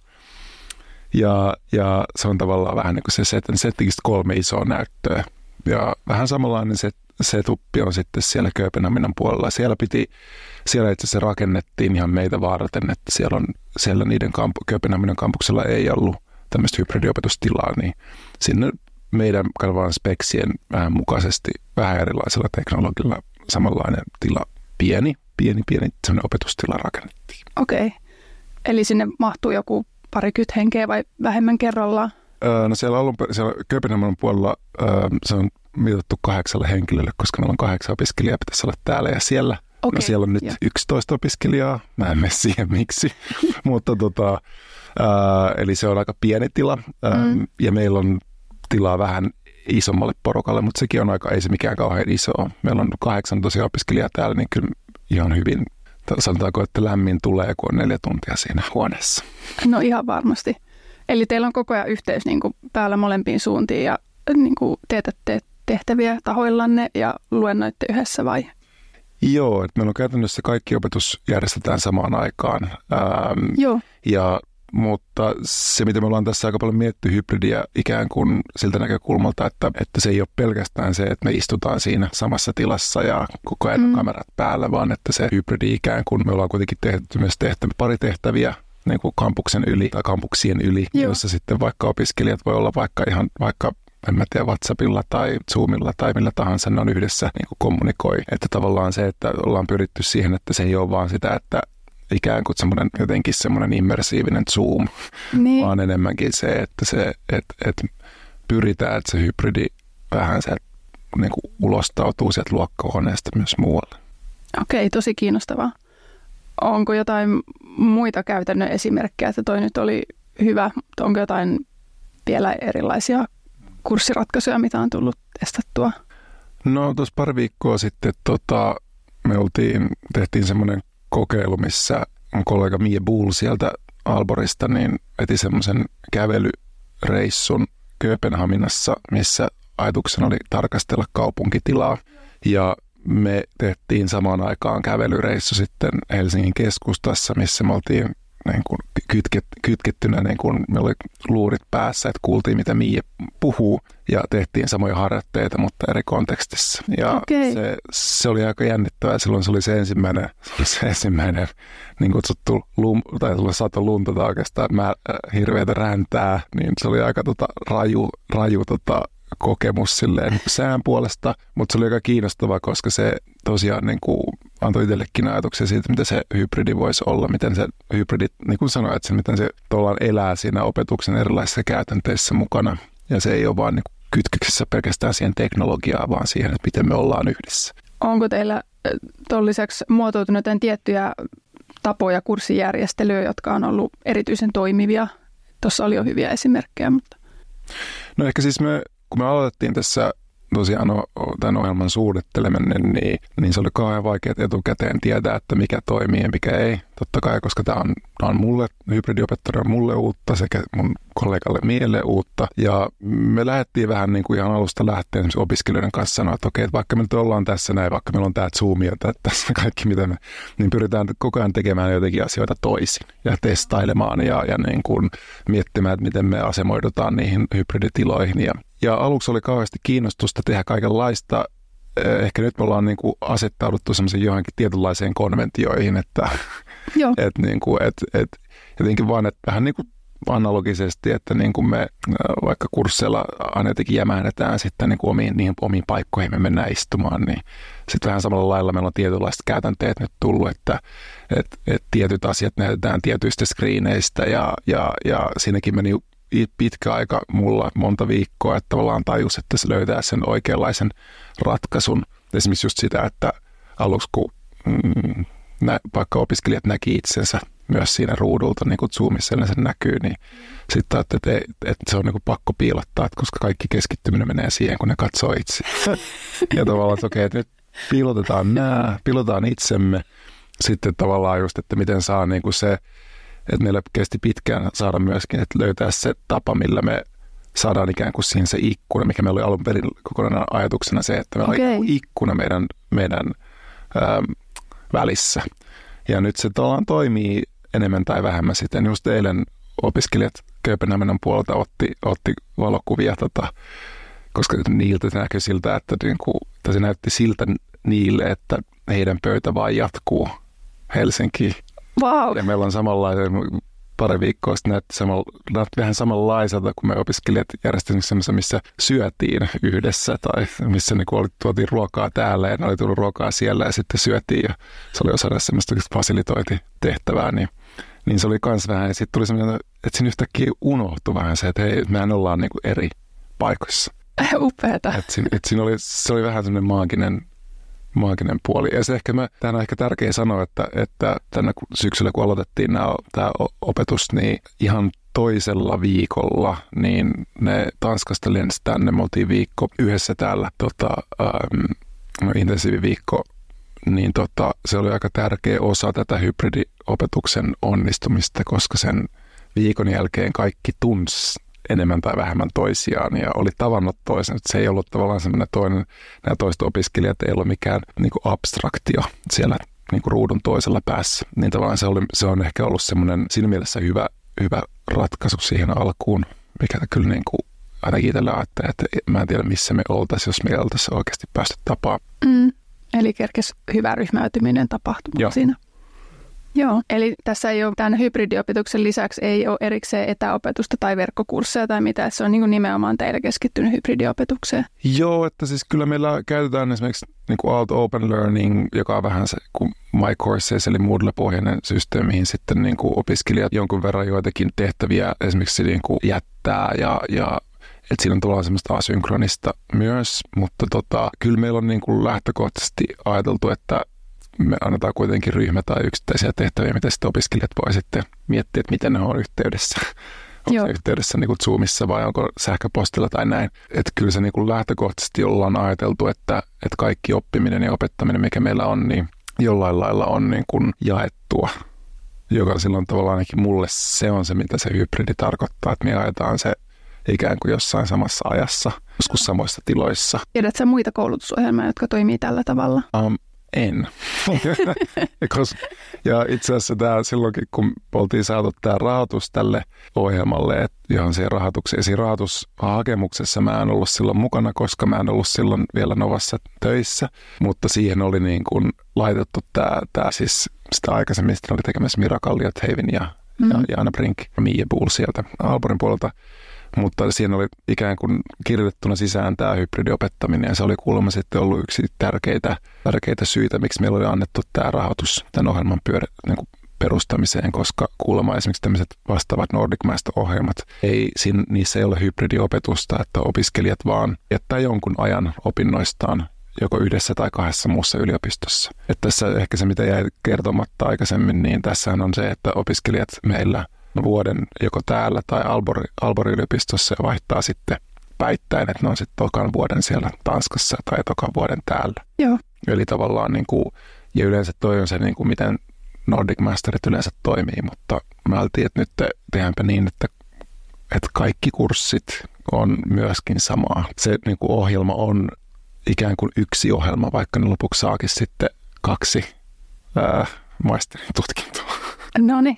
Ja se on tavallaan vähän niin kuin se settingistä 3 isoa näyttöä. Ja vähän samanlainen setuppi on sitten siellä Kööpenhaminan puolella. Siellä itse asiassa rakennettiin ihan meitä varten, että siellä niiden Kööpenhaminan kampuksella ei ollut tämmöistä hybridiopetustilaa, niin sinne meidän kalvaan speksien vähän mukaisesti vähän erilaisella teknologialla samanlainen tila, pieni semmoinen opetustila rakennettiin. Okei. Eli sinne mahtuu joku 20 henkeä vai vähemmän kerrallaan? No siellä Kööpenhaminan puolella se on mitattu 8 henkilölle, koska meillä on 8 opiskelijaa, pitäisi olla täällä ja siellä. Okay, no siellä on nyt 11 opiskelijaa, mä en mene siihen miksi, mutta eli se on aika pieni tila ja meillä on tilaa vähän isommalle porukalle, mutta sekin on ei se mikään kauhean iso. Meillä on 8 tosiaan opiskelijaa täällä, niin kyllä ihan hyvin, sanotaanko, että lämmin tulee, kun on 4 tuntia siinä huoneessa. No ihan varmasti. Eli teillä on koko ajan yhteys niin kuin päällä molempiin suuntiin ja niin kuin teetätte tehtäviä tahoillanne ja luennoitte yhdessä vai? Joo, että meillä on käytännössä kaikki opetus järjestetään samaan aikaan. Joo. Mutta se, mitä me ollaan tässä aika paljon miettinyt hybridiä ikään kuin siltä näkökulmalta, että se ei ole pelkästään se, että me istutaan siinä samassa tilassa ja koko ajan kamerat päällä, vaan että se hybridi ikään kuin me ollaan kuitenkin tehty myös pari tehtäviä niin kuin kampuksen yli tai kampuksien yli, jossa sitten vaikka opiskelijat voi olla vaikka en mä tiedä, WhatsAppilla tai Zoomilla tai millä tahansa ne on yhdessä niin kuin kommunikoi. Että tavallaan se, että ollaan pyritty siihen, että se ei ole vaan sitä, että ikään kuin jotenkin semmoinen immersiivinen Zoom, vaan enemmänkin se, että pyritään, että se hybridi vähän se niin kuin ulostautuu sieltä luokkahuoneesta myös muualle. Okei, tosi kiinnostavaa. Onko jotain muita käytännön esimerkkejä, että toi nyt oli hyvä, mutta onko jotain vielä erilaisia kurssiratkaisuja, mitä on tullut testattua? No tuossa pari viikkoa sitten me tehtiin semmoinen kokeilu, missä kollega Mie Bull sieltä Aalborista niin veti semmoisen kävelyreissun Kööpenhaminassa, missä ajatuksena oli tarkastella kaupunkitilaa. Ja me tehtiin samaan aikaan kävelyreissu sitten Helsingin keskustassa, missä me oltiin niin kuin kytkettynä, niin kuin meillä oli luurit päässä, että kuultiin mitä Mie puhuu ja tehtiin samoja harjoitteita, mutta eri kontekstissa. Ja se oli aika jännittävää. Silloin se oli se ensimmäinen niin kutsuttu sato luntata oikeastaan hirveätä räntää, niin se oli aika raju kokemus silleen sään puolesta, mutta se oli aika kiinnostavaa, koska se tosiaan niin kuin antoi itsellekin ajatuksia siitä, mitä se hybridi voisi olla, miten se hybridi, niin kuin sanoit, että miten se elää siinä opetuksen erilaisissa käytänteissä mukana. Ja se ei ole vaan niin kuin kytköksessä pelkästään siihen teknologiaan, vaan siihen, että miten me ollaan yhdessä. Onko teillä tuon lisäksi muotoutunut jotain tiettyjä tapoja kurssijärjestelyä, jotka on ollut erityisen toimivia? Tuossa oli jo hyviä esimerkkejä, mutta... No ehkä siis kun me aloitettiin tässä tosiaan tämän ohjelman suunnitteleminen, niin se oli kauhean vaikea etukäteen tietää, että mikä toimii ja mikä ei. Totta kai, koska tämä on mulle, hybridiopettaja on mulle uutta sekä mun kollegalle Mielle uutta. Ja me lähdettiin vähän niin kuin ihan alusta lähtien opiskelijoiden kanssa sanoa, että okei, että vaikka me nyt ollaan tässä näin, vaikka meillä on tämä Zoom ja tässä kaikki mitä me, niin pyritään koko ajan tekemään jotenkin asioita toisin ja testailemaan ja niin kuin miettimään, että miten me asemoidutaan niihin hybriditiloihin. Ja aluksi oli kauheasti kiinnostusta tehdä kaikenlaista. Ehkä nyt me ollaan niin kuin asettauduttu semmoisen johonkin tietynlaiseen konventioihin, että jotenkin vaan, että vähän niin kuin analogisesti, että niin kuin me vaikka kursseilla aina jotenkin jämähdetään sitten niin kuin omiin paikkoihin me mennään istumaan, niin sitten vähän samalla lailla meillä on tietynlaiset käytänteet nyt tullut, että tietyt asiat näytetään tietyistä screeneistä ja siinäkin meni pitkä aika mulla monta viikkoa, että tavallaan tajus, että se löytää sen oikeanlaisen ratkaisun. Esimerkiksi just sitä, että aluksi kun vaikka opiskelijat näki itsensä myös siinä ruudulta, niin kuin Zoomissa se näkyy, niin sitten että se on niin kuin pakko piilottaa, että koska kaikki keskittyminen menee siihen, kun ne katsoo itse. Ja tavallaan, että okei, että nyt piilotetaan itsemme. Sitten tavallaan just, että miten saa niin kuin se, että meillä kesti pitkään saada myöskin, että löytää se tapa, millä me saadaan ikään kuin siihen se ikkuna, mikä meillä oli alun perin kokonaan ajatuksena se, että meillä on ikkuna meidän välissä. Ja nyt se toimii enemmän tai vähemmän sitten. Just eilen opiskelijat Kööpenhaminan puolelta otti valokuvia, koska niiltä se näkyi siltä, että se näytti siltä niille, että heidän pöytä vaan jatkuu Helsinkiin. Wow. Ja meillä on samanlainen pari viikkoa sitten näytti vähän samanlaiselta, kun me opiskelijat järjestettiin semmoista, missä syötiin yhdessä tai missä niin tuotiin ruokaa täällä ja ne oli tullut ruokaa siellä ja sitten syötiin ja se oli osana semmoista fasilitointitehtävää, niin se oli kans vähän ja sitten tuli semmoinen, että siinä yhtäkkiä unohtui vähän se, että hei, mehän ollaan niin kuin eri paikoissa. Upeata. Se oli vähän semmoinen maaginen puoli. Ja se tämähän on ehkä tärkeä sanoa, että tänä syksyllä kun aloitettiin tämä opetus, niin ihan toisella viikolla, niin ne Tanskasta lensi tänne. Me oltiin viikko yhdessä täällä, intensiiviviikko, niin se oli aika tärkeä osa tätä hybridiopetuksen onnistumista, koska sen viikon jälkeen kaikki tunsi enemmän tai vähemmän toisiaan ja oli tavannut toisen. Se ei ollut tavallaan semmoinen nämä toiset opiskelijat ei ollut mikään niin kuin abstraktio siellä niin kuin ruudun toisella päässä. Niin tavallaan se on ehkä ollut semmoinen siinä mielessä hyvä ratkaisu siihen alkuun, mikä kyllä niin kuin ainakin itsellä ajattelee, että mä en tiedä missä me oltaisiin, jos me ei oltaisi oikeasti päästy tapaan. Eli kerkesi hyvä ryhmäytyminen tapahtumaan siinä. Joo, eli tässä ei ole tämän hybridiopetuksen lisäksi ei ole erikseen etäopetusta tai verkkokursseja tai mitä, se on niin kuin nimenomaan teille keskittynyt hybridiopetukseen. Joo, että siis kyllä meillä käytetään esimerkiksi niin kuin Aalto Open Learning, joka on vähän se kuin MyCourses eli Moodle-pohjainen systeemi, mihin sitten niin kuin opiskelijat jonkun verran joitakin tehtäviä esimerkiksi niin kuin jättää ja että siinä on tavallaan semmoista asynkronista myös, mutta kyllä meillä on niin kuin lähtökohtaisesti ajateltu, että me annetaan kuitenkin ryhmä tai yksittäisiä tehtäviä, mitä sitten opiskelijat voi sitten miettiä, että miten ne on yhteydessä. Onko se yhteydessä niin kuin Zoomissa vai onko sähköpostilla tai näin. Että kyllä se niin kuin lähtökohtaisesti ollaan ajateltu, että kaikki oppiminen ja opettaminen, mikä meillä on, niin jollain lailla on niin kuin jaettua. Joka silloin tavallaan ainakin mulle se on se, mitä se hybridi tarkoittaa, että me jaetaan se ikään kuin jossain samassa ajassa, joskus samoissa tiloissa. Tiedätkö sä muita koulutusohjelmia, jotka toimii tällä tavalla? En. Ja itse asiassa silloinkin, kun oltiin saatu tämä rahoitus tälle ohjelmalle, johon siinä rahoitushakemuksessa mä en ollut silloin mukana, koska mä en ollut silloin vielä Novassa töissä, mutta siihen oli niin kuin laitettu tämä siis sitä aikaisemmin sitten oli tekemässä Mira Kalliotheivin ja Jaana Brink ja Mia Bull sieltä Aalborgin puolelta. Mutta siinä oli ikään kuin kirjoitettuna sisään tämä hybridiopettaminen ja se oli kuulemma sitten ollut yksi tärkeitä syitä, miksi meillä oli annettu tämä rahoitus tämän ohjelman perustamiseen, koska kuulemma esimerkiksi tämmöiset vastaavat Nordic Master-ohjelmat, niissä ei ole hybridiopetusta, että opiskelijat vaan jättää jonkun ajan opinnoistaan joko yhdessä tai kahdessa muussa yliopistossa. Että tässä ehkä se, mitä jäi kertomatta aikaisemmin, niin tässähän on se, että opiskelijat meillä vuoden joko täällä tai Aalborgin yliopistossa ja vaihtaa sitten päittäin, että ne on sitten tokan vuoden siellä Tanskassa tai tokan vuoden täällä. Joo. Eli tavallaan, niin kuin, ja yleensä toi on se, niin kuin miten Nordic Masterit yleensä toimii, mutta mä ajattelin, että nyt tehdäänpä niin, että kaikki kurssit on myöskin samaa. Se niin kuin ohjelma on ikään kuin yksi ohjelma, vaikka ne lopuksi saakin sitten 2 maisterin tutkintoa. Noniin.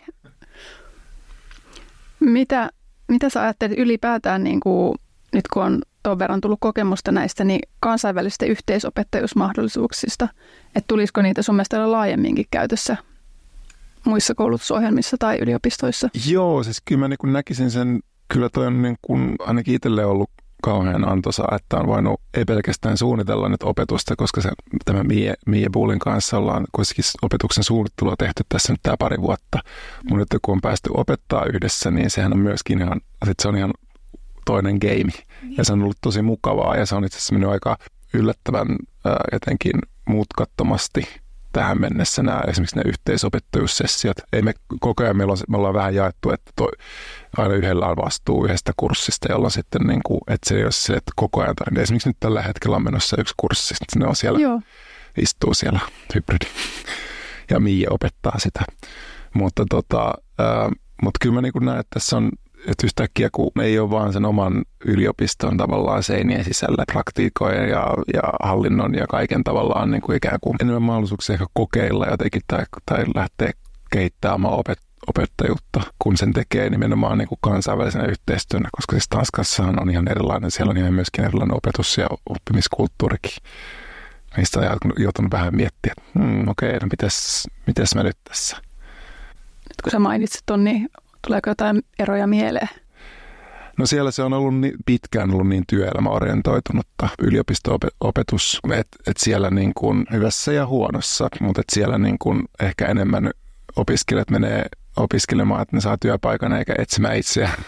Mitä sä ajattelet ylipäätään, niin kuin, nyt kun on tuon verran tullut kokemusta näistä, niin kansainvälisistä yhteisopettajuusmahdollisuuksista, että tulisiko niitä sun mielestä laajemminkin käytössä muissa koulutusohjelmissa tai yliopistoissa? Joo, siis kyllä mä niin näkisin sen, kyllä toi on niin kuin ainakin itselle ollut kauhean antoisaa, että on voinut ei pelkästään suunnitella nyt opetusta, koska tämä Mia Bullin kanssa ollaan kuitenkin opetuksen suunnittelua tehty tässä nyt tämä pari vuotta. Mutta nyt kun on päästy opettaa yhdessä, niin sehän on myöskin se on ihan toinen game. Ja se on ollut tosi mukavaa ja se on itse asiassa mennyt aika yllättävän jotenkin mutkattomasti tähän mennessä esimerkiksi nämä yhteisopettajuussessiot. Ei me koko ajan, me ollaan vähän jaettu, että aina yhdellä on vastuu yhdestä kurssista, jolloin sitten niin kuin, että se ei ole se, että koko ajan tarvitse. Esimerkiksi nyt tällä hetkellä on menossa yksi kurssi, sitten ne on siellä, istuu siellä hybridi ja Mia opettaa sitä. Mutta kyllä mä niin kuin näen, että tässä on, että yhtäkkiä kun ei ole vaan sen oman yliopiston tavallaan seinien sisällä praktiikojen ja hallinnon ja kaiken tavallaan niin kuin ikään kuin enemmän mahdollisuuksia ehkä kokeilla jotenkin tai lähteä kehittämään omaa opettajuutta, kun sen tekee nimenomaan niin kuin kansainvälisenä yhteistyönä, koska siis Tanskassahan on ihan erilainen, siellä on ihan myöskin erilainen opetus- ja oppimiskulttuurikin. Niistä on joutunut vähän miettiä, että okei, no mites mä nyt tässä? Nyt kun sä mainitsit ton, niin Tuleeko jotain eroja mieleen? No siellä se on ollut pitkään ollut niin työelämäorientoitunutta yliopisto-opetus, että siellä niin kuin hyvässä ja huonossa, mutta että siellä niin kuin ehkä enemmän opiskelijat menee opiskelemaan, että ne saa työpaikan eikä etsimään itseään.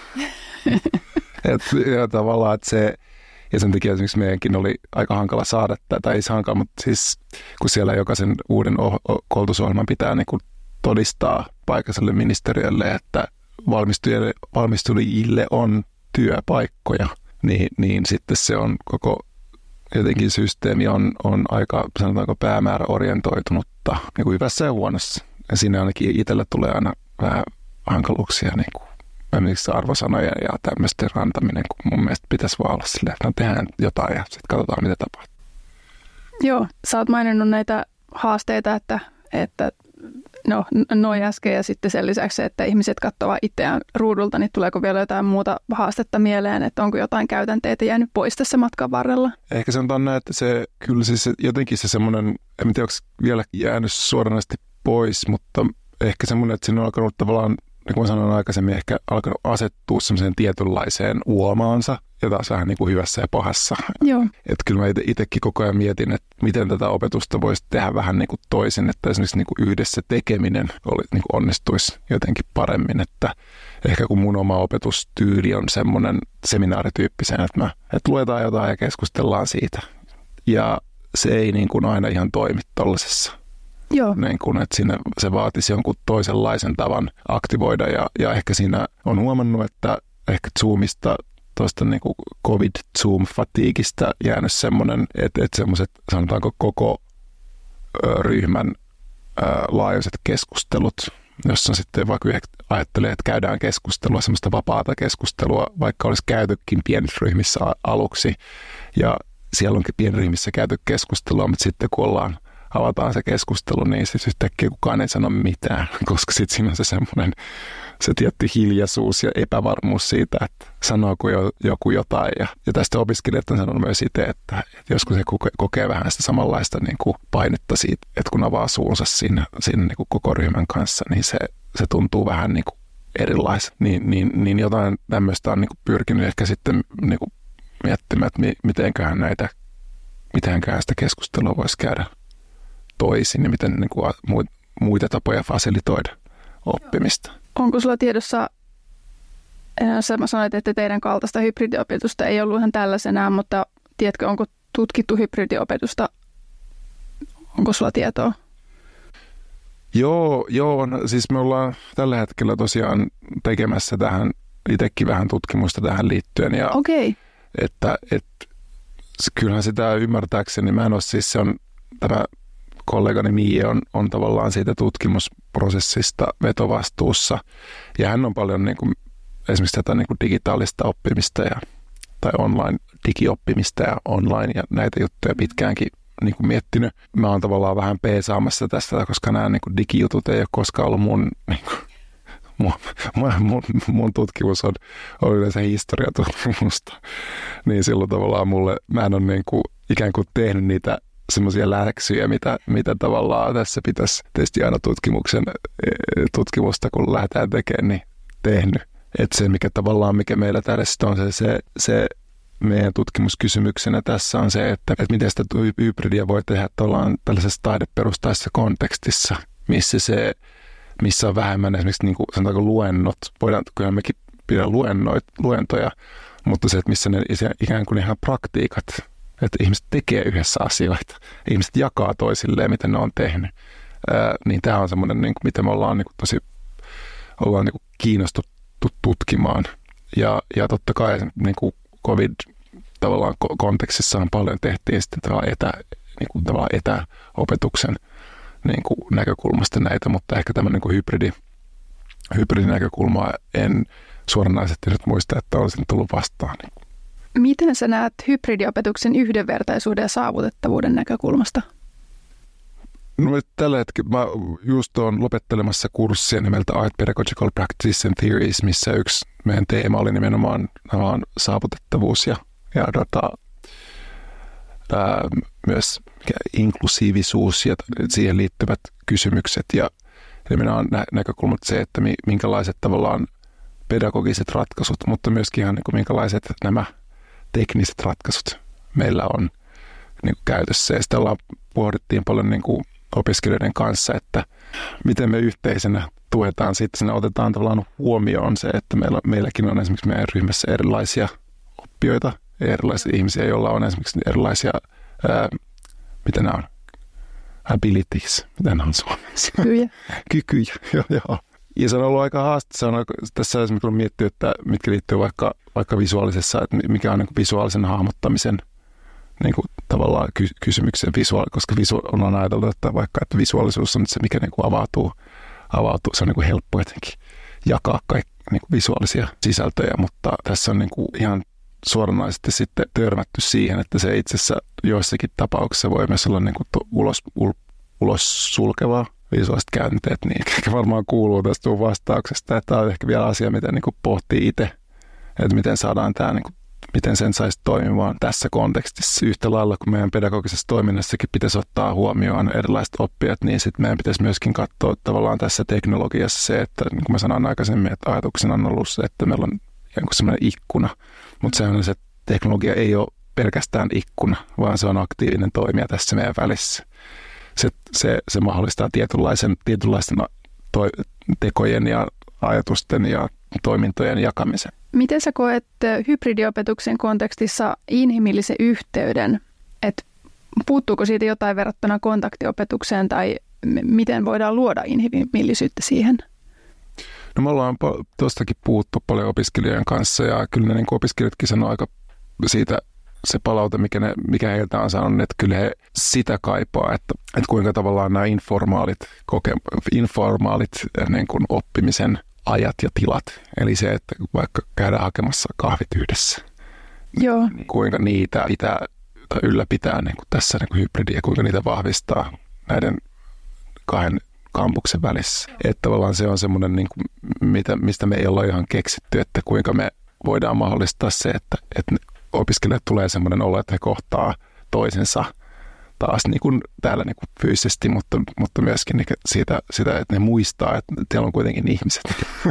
Ja tavallaan, että se, ja sen takia esimerkiksi meidänkin oli aika hankala saada tätä, ei se hankala, mutta siis kun siellä jokaisen uuden koulutusohjelman pitää niin kuin todistaa paikalliselle ministeriölle, että valmistujille on työpaikkoja, niin sitten se on koko jotenkin systeemi on aika, sanotaanko, päämääräorientoitunutta niin kuin hyvässä ja huonossa. Ja siinä ainakin itsellä tulee aina vähän hankaluuksia, niin kuin esimerkiksi arvosanoja ja tämmöisten rantaminen, kun mun mielestä pitäisi vaan olla silleen, että no tehdään jotain ja sitten katsotaan, mitä tapahtuu. Joo, sä oot maininnut näitä haasteita, että noin äsken ja sitten sen lisäksi, että ihmiset katsovat itseään ruudulta, niin tuleeko vielä jotain muuta haastetta mieleen, että onko jotain käytänteitä jäänyt pois tässä matkan varrella? Ehkä sanotaan näin, että se kyllä siis jotenkin se semmoinen, en tiedä, onko vielä jäänyt suoranaisesti pois, mutta ehkä semmoinen, että siinä on alkanut tavallaan, niin kuin mä sanoin aikaisemmin, ehkä alkanut asettua semmoiseen tietynlaiseen uomaansa, ja taas vähän niin kuin hyvässä ja pahassa. Joo. Että kyllä mä itsekin koko ajan mietin, että miten tätä opetusta voisi tehdä vähän niin kuin toisin, että esimerkiksi niin kuin yhdessä tekeminen niin kuin onnistuisi jotenkin paremmin, että ehkä kun mun oma opetustyyli on semmoinen seminaarityyppisen, että luetaan jotain ja keskustellaan siitä, ja se ei niin kuin aina ihan toimi tollasessa. Joo. Niin kuin, että siinä se vaatisi jonkun toisenlaisen tavan aktivoida ja ehkä siinä on huomannut, että ehkä Zoomista tuosta niin kuin COVID-Zoom-fatiigista jäänyt semmoinen, että semmoiset sanotaanko koko ryhmän laajuiset keskustelut, jossa sitten vaikka ajattelee, että käydään keskustelua, semmoista vapaata keskustelua, vaikka olisi käytykin pienissä ryhmissä aluksi ja siellä onkin pienryhmissä käyty keskustelua, mutta sitten kun avataan se keskustelu, niin siis yhtäkkiä kukaan ei sano mitään, koska sitten siinä on se semmoinen se tietty hiljaisuus ja epävarmuus siitä, että sanooko joku jotain. Ja tästä opiskelijat on sanonut myös itse, että joskus se kokee vähän sitä samanlaista niin kuin painetta siitä, että kun avaa suunsa siinä niin kuin koko ryhmän kanssa, niin se tuntuu vähän niin kuin erilaiset. Niin jotain tämmöistä on niin kuin pyrkinyt ehkä sitten niin kuin miettimään, että mitenköhän sitä keskustelua voisi käydä toisin ja miten niin kuin muita tapoja fasilitoida oppimista. Onko sulla tiedossa, sä sanoit, että teidän kaltaista hybridiopetusta ei ollut ihan tällaisenään, mutta tiedätkö, onko tutkittu hybridiopetusta? Onko sulla tietoa? Joo, siis me ollaan tällä hetkellä tosiaan tekemässä tähän itsekin vähän tutkimusta tähän liittyen. Ja okei. Että kyllähän sitä ymmärtääkseni, mä en ole siis, se on tämä kollegani Mie on tavallaan siitä tutkimusprosessista vetovastuussa. Ja hän on paljon niin kuin, esimerkiksi tätä niin kuin digitaalista oppimista tai online digioppimista ja online ja näitä juttuja pitkäänkin niin kuin miettinyt. Mä oon tavallaan vähän peesaamassa tästä, koska nämä niin kuin digijutut ei ole koskaan ollut mun tutkimus on yleensä historiatutkimusta. Niin silloin tavallaan mä en ole niin kuin, ikään kuin tehnyt niitä semmoisia läksyjä, mitä tavallaan tässä pitäisi tietysti aina tutkimusta, kun lähdetään tekemään, niin tehnyt. Että se, mikä meillä täällä on se meidän tutkimuskysymyksenä tässä on se, että miten sitä hybridiä voi tehdä tällaisessa taideperustaisessa kontekstissa, missä on vähemmän esimerkiksi niin kuin, sanotaanko luennot. Kyllä mekin pidä luentoja, mutta se, että missä ne ikään kuin ihan praktiikat, että ihmiset tekee yhdessä asioita, ihmiset jakaa toisilleen, miten ne on tehnyt. Niin tämä on semmoinen, niin kuin, miten me ollaan ollaan niin kuin kiinnostuttu tutkimaan. Ja totta kai niin kuin COVID tavallaan kontekstissaan paljon tehtiin sitten tavallaan etäopetuksen niin kuin näkökulmasta näitä, mutta ehkä tämä niin kuin hybridinäkökulma en suoranaisesti nyt muista, että olisin tullut vastaan. Miten sä näet hybridiopetuksen yhdenvertaisuuden ja saavutettavuuden näkökulmasta? No, tällä hetkellä mä just oon lopettelemassa kurssia nimeltä Art Pedagogical Practice and Theories, missä yksi meidän teema oli nimenomaan saavutettavuus ja myös inklusiivisuus ja siihen liittyvät kysymykset ja nimenomaan näkökulmat se, että minkälaiset tavallaan pedagogiset ratkaisut, mutta myöskin ihan niin kuin minkälaiset nämä tekniset ratkaisut meillä on niin kuin käytössä. Ja sitten pohdittiin paljon niin kuin opiskelijoiden kanssa, että miten me yhteisenä tuetaan sitten, siinä otetaan tavallaan huomioon se, että meilläkin on esimerkiksi meidän ryhmässä erilaisia oppijoita ja erilaisia ihmisiä, joilla on esimerkiksi erilaisia, mitä nämä on, abilities, mitä nämä on suomeksi? Kykyjä, joo. Ja se on ollut aika haasteellista. Tässä esimerkiksi on miettinyt, että mitkä liittyy vaikka visuaalisessa, että mikä on niin kuin visuaalisen hahmottamisen niin kuin tavallaan kysymyksen koska on ajateltu, että vaikka että visuaalisuus on se, mikä niin kuin avautuu, se on niin kuin helppo jotenkin jakaa kaikki niin kuin visuaalisia sisältöjä, mutta tässä on niin kuin ihan suoranaisesti sitten törmätty siihen, että se itse asiassa joissakin tapauksissa voi myös olla niin kuin ulos sulkevaa visuaaliset käänteet, niin ehkä varmaan kuuluu tästä vastauksesta, että tämä on ehkä vielä asia, mitä niin kuin pohtii itse, että miten saadaan tämä, niin kuin, miten sen saisi toimimaan tässä kontekstissa. Yhtä lailla, kun meidän pedagogisessa toiminnassakin pitäisi ottaa huomioon erilaiset oppijat, niin sitten meidän pitäisi myöskin katsoa tavallaan tässä teknologiassa se, että niin kuin mä sanoin aikaisemmin, että ajatuksena on ollut se, että meillä on ikään kuin sellainen ikkuna, mutta se on se, että teknologia ei ole pelkästään ikkuna, vaan se on aktiivinen toimija tässä meidän välissä. Se mahdollistaa tietynlaisten tekojen ja ajatusten ja toimintojen jakamisen. Miten sä koet hybridiopetuksen kontekstissa inhimillisen yhteyden? Et puuttuuko siitä jotain verrattuna kontaktiopetukseen tai miten voidaan luoda inhimillisyyttä siihen? No me ollaan tuostakin puhuttu paljon opiskelijoiden kanssa ja kyllä ne niin kuin opiskelijatkin sanoo aika siitä se palaute, mikä heiltä on sanonut, että kyllä he sitä kaipaa, että kuinka tavallaan nämä informaalit niin kuin oppimisen ajat ja tilat, eli se, että vaikka käydään hakemassa kahvit yhdessä, joo. Niin kuinka niitä pitää tai ylläpitää niin kuin tässä niin kuin hybridiä, kuinka niitä vahvistaa näiden kahden kampuksen välissä. Että tavallaan se on semmoinen, niin kuin, mistä me ei olla ihan keksitty, että kuinka me voidaan mahdollistaa se, että opiskelijat tulee semmoinen olo, että he kohtaa toisensa taas niin kuin täällä niin kuin fyysisesti, mutta myöskin niin sitä, että ne muistaa, että siellä on kuitenkin ihmiset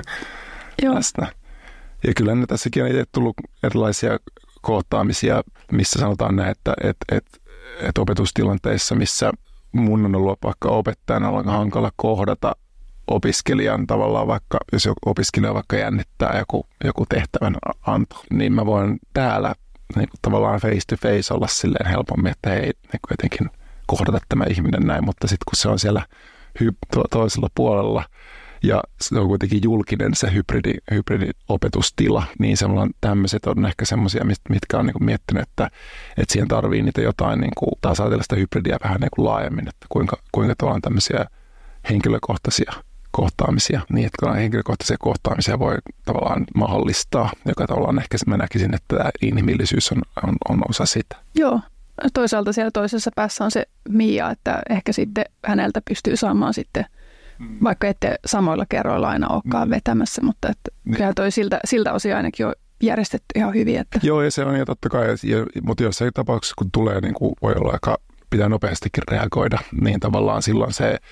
läsnä. Ja kyllä ne tässäkin on itse tullut erilaisia kohtaamisia, missä sanotaan näin, että opetustilanteissa, missä mun on ollut vaikka opettajana on hankala kohdata opiskelijan tavallaan vaikka, jos opiskelija vaikka jännittää joku tehtävän anto, niin mä voin täällä niin kuin tavallaan face to face olla silleen helpommin, että ei niin jotenkin kohdata tämä ihminen näin, mutta sitten kun se on siellä toisella puolella ja se on kuitenkin julkinen se hybridiopetustila, niin tämmöiset on ehkä semmoisia, mitkä on niin kuin miettinyt, että siihen tarvii niitä jotain niin kuin taas ajatella sitä hybridiä vähän niin kuin laajemmin, että kuinka tuolla tämmöisiä henkilökohtaisia kohtaamisia, niin että henkilökohtaisia kohtaamisia voi tavallaan mahdollistaa, joka tavallaan ehkä mä näkisin, että tämä inhimillisyys on osa sitä. Joo, toisaalta siellä toisessa päässä on se Mia, että ehkä sitten häneltä pystyy saamaan sitten, vaikka ette samoilla kerroilla aina olekaan vetämässä, mutta että kyllä toi siltä osin ainakin on järjestetty ihan hyvin. Että. Joo, ja se on ja totta kai, mutta jossain tapauksessa kun tulee, niin kuin voi olla aika, pitää nopeastikin reagoida, niin tavallaan silloin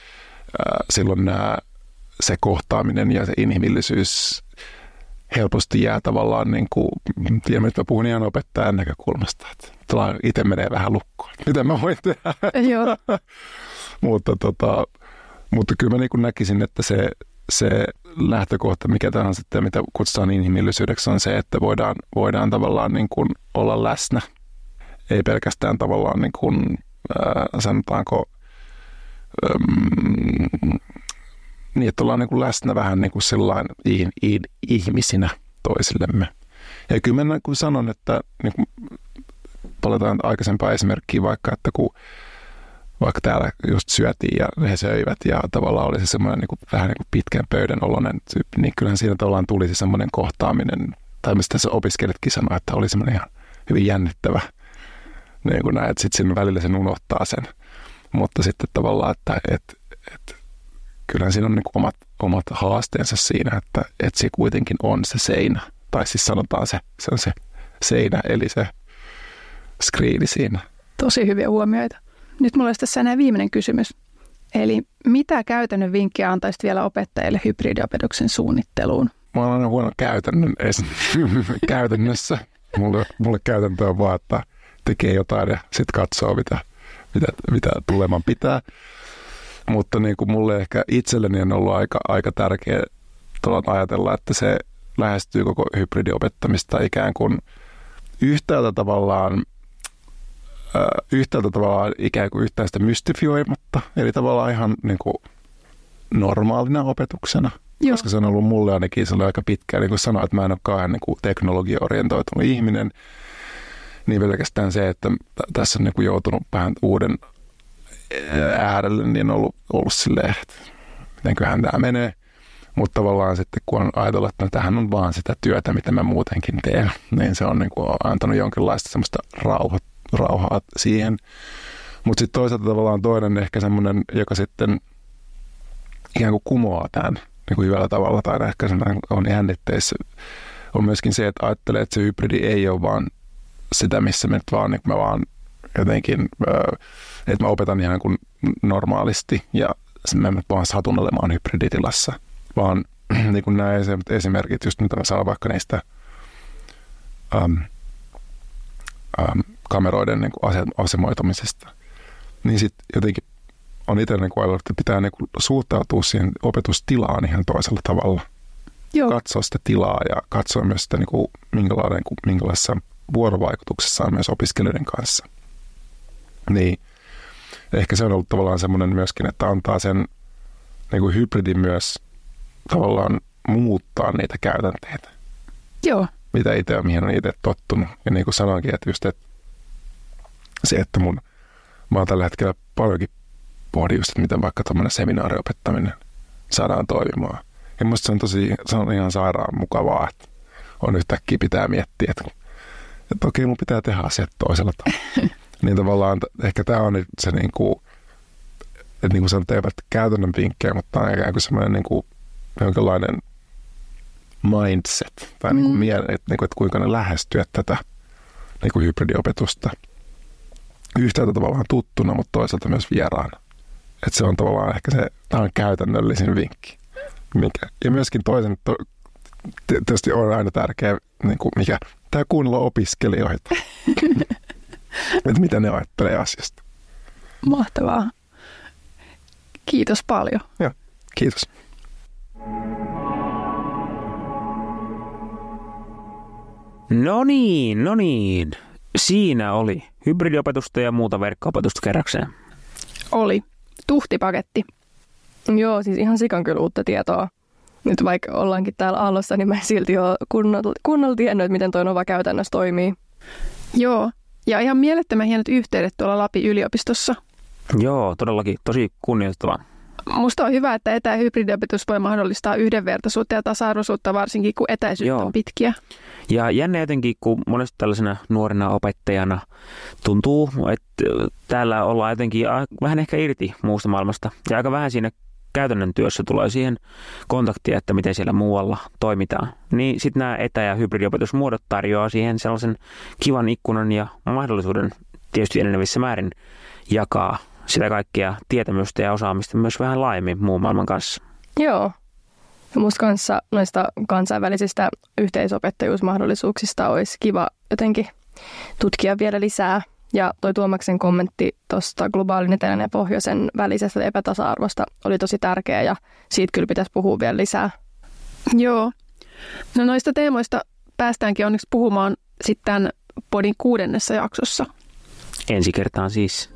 se kohtaaminen ja se inhimillisyys helposti jää tavallaan niin kuin, ja nyt mä puhun ihan opettajan näkökulmasta, että itse menee vähän lukkoon. Mitä mä voin tehdä? Joo. mutta kyllä mä niin kuin näkisin, että se lähtökohta, mikä tahansa sitten, mitä kutsutaan inhimillisyydeksi, on se, että voidaan tavallaan niin kuin olla läsnä. Ei pelkästään tavallaan niin kuin, sanotaanko, niin, että ollaan niin kuin läsnä vähän niin kuin sellainen ihmisinä toisillemme. Ja kyllä mä kun sanon, että niin kuin palataan aikaisempaan esimerkkiin vaikka, että kun vaikka täällä just syötiin ja he söivät ja tavallaan oli se semmoinen niin kuin, vähän niin kuin pitkän pöydän oloinen tyyppi, niin kyllähän siinä tavallaan tuli se semmoinen kohtaaminen, tai mistä tässä opiskelijatkin sanoi, että oli semmoinen ihan hyvin jännittävä, niin kuin näin, että sitten siinä välillä sen unohtaa sen. Mutta sitten tavallaan, että kyllähän siinä on niin kuin omat haasteensa siinä, että se kuitenkin on se seinä. Tai siis sanotaan se on se seinä, eli se screeni siinä. Tosi hyviä huomioita. Nyt mulla olisi tässä enää viimeinen kysymys. Eli mitä käytännön vinkkiä antaisit vielä opettajille hybridiopetuksen suunnitteluun? mä oon aina huono käytännössä. Mulle käytäntö on vaan, että tekee jotain ja sitten katsoo, mitä tuleman pitää. Mutta niin kuin mulle ehkä itselleni on ollut aika tärkeä ajatella, että se lähestyy koko hybridiopettamista ikään kuin yhtäältä tavallaan ikään kuin yhtään sitä mystifioimatta, eli tavallaan ihan niin kuin normaalina opetuksena. Joo. Koska se on ollut mulle ainakin aika pitkään, niin kuin sanoin, että mä en ole kauhean niin kuin teknologia-orientoitunut ihminen, niin pelkästään se, että tässä on niin kuin joutunut vähän uuden äärelle, niin on ollut silleen, että mitenköhän tämä menee. Mutta tavallaan sitten, kun on ajatellut, että tämähän on vaan sitä työtä, mitä mä muutenkin teen, niin se on niin kuin antanut jonkinlaista semmoista rauhaa siihen. Mutta sitten toisaalta tavallaan toinen ehkä semmoinen, joka sitten ikään kuin kumoaa tämän niin kuin hyvällä tavalla tai ehkä on jännitteissä, on myöskin se, että ajattelee, että se hybridi ei ole vaan sitä, missä me nyt vaan, niin mä vaan jotenkin, että mä opetan ihan kuin normaalisti ja mä en vaan satunnelemaan hybriditilassa, vaan niin kuin nämä esimerkit, just mitä mä saan vaikka niistä kameroiden niin kuin asemoitumisesta, niin sitten jotenkin on itse niin ajatellut, että pitää niin kuin suhtautua siihen opetustilaan ihan toisella tavalla. Joo. Katsoa sitä tilaa ja katsoa myös sitä, niin kuin, minkälaisessa vuorovaikutuksessa on myös opiskelijoiden kanssa. Niin ehkä se on ollut tavallaan semmoinen myöskin, että antaa sen niin kuin hybridin myös tavallaan muuttaa niitä käytänteitä. Joo. Mihin on itse tottunut. Ja niin kuin sanoinkin, että just että se, että mä oon tällä hetkellä paljonkin pohdin just, että miten vaikka tämmöinen seminaariopettaminen saadaan toimimaan. Ja musta se on ihan sairaan mukavaa, että on yhtäkkiä pitää miettiä, että okei, mun pitää tehdä asiat toisella tavalla. Niin tavallaan ehkä tämä on se niin kuin, että niin kuin sanot, eivät käytännön vinkkejä, mutta on ikään kuin semmoinen niin kuin jonkinlainen mindset tai niin kuin että kuinka ne lähestyä tätä niin kuin hybridiopetusta yhtäältä tavallaan tuttuna, mutta toisaalta myös vieraana. Että se on tavallaan ehkä tämä on käytännöllisin vinkki. Ja myöskin toisen, tietysti on aina tärkeä, niin kuin mikä, tämä kuunnella opiskelijoita. Että mitä ne ajattelee asiasta. Mahtavaa. Kiitos paljon. Joo, kiitos. No niin. Siinä oli hybridiopetusta ja muuta verkko-opetusta kerrakseen. Oli. Tuhtipaketti. Joo, siis ihan sikan kyllä uutta tietoa. Nyt vaikka ollaankin täällä Aallossa, niin mä silti ole kunnolla tiennyt, että miten toi Nova käytännössä toimii. Joo, ja ihan mielettömän hienot yhteydet tuolla Lapin yliopistossa. Joo, todellakin. Tosi kunnioittavaa. Musta on hyvä, että etä- ja hybridiopetus voi mahdollistaa yhdenvertaisuutta ja tasa-arvoisuutta, varsinkin kun etäisyyttä on pitkiä. Ja jännä jotenkin, kun monesti tällaisena nuorena opettajana tuntuu, että täällä ollaan jotenkin vähän ehkä irti muusta maailmasta. Ja aika vähän siinä käytännön työssä tulee siihen kontaktia, että miten siellä muualla toimitaan. Niin sitten nämä etä- ja hybridiopetusmuodot tarjoaa siihen sellaisen kivan ikkunan ja mahdollisuuden tietysti enenevissä määrin jakaa sitä kaikkia tietämystä ja osaamista myös vähän laajemmin muun maailman kanssa. Joo. Ja musta kanssa noista kansainvälisistä yhteisopettajuusmahdollisuuksista olisi kiva jotenkin tutkia vielä lisää. Ja toi Tuomaksen kommentti tuosta globaalin etelän ja pohjoisen välisestä epätasa-arvosta oli tosi tärkeä ja siitä kyllä pitäisi puhua vielä lisää. Joo. No noista teemoista päästäänkin onneksi puhumaan sitten podin 6. jaksossa. Ensi kertaan siis.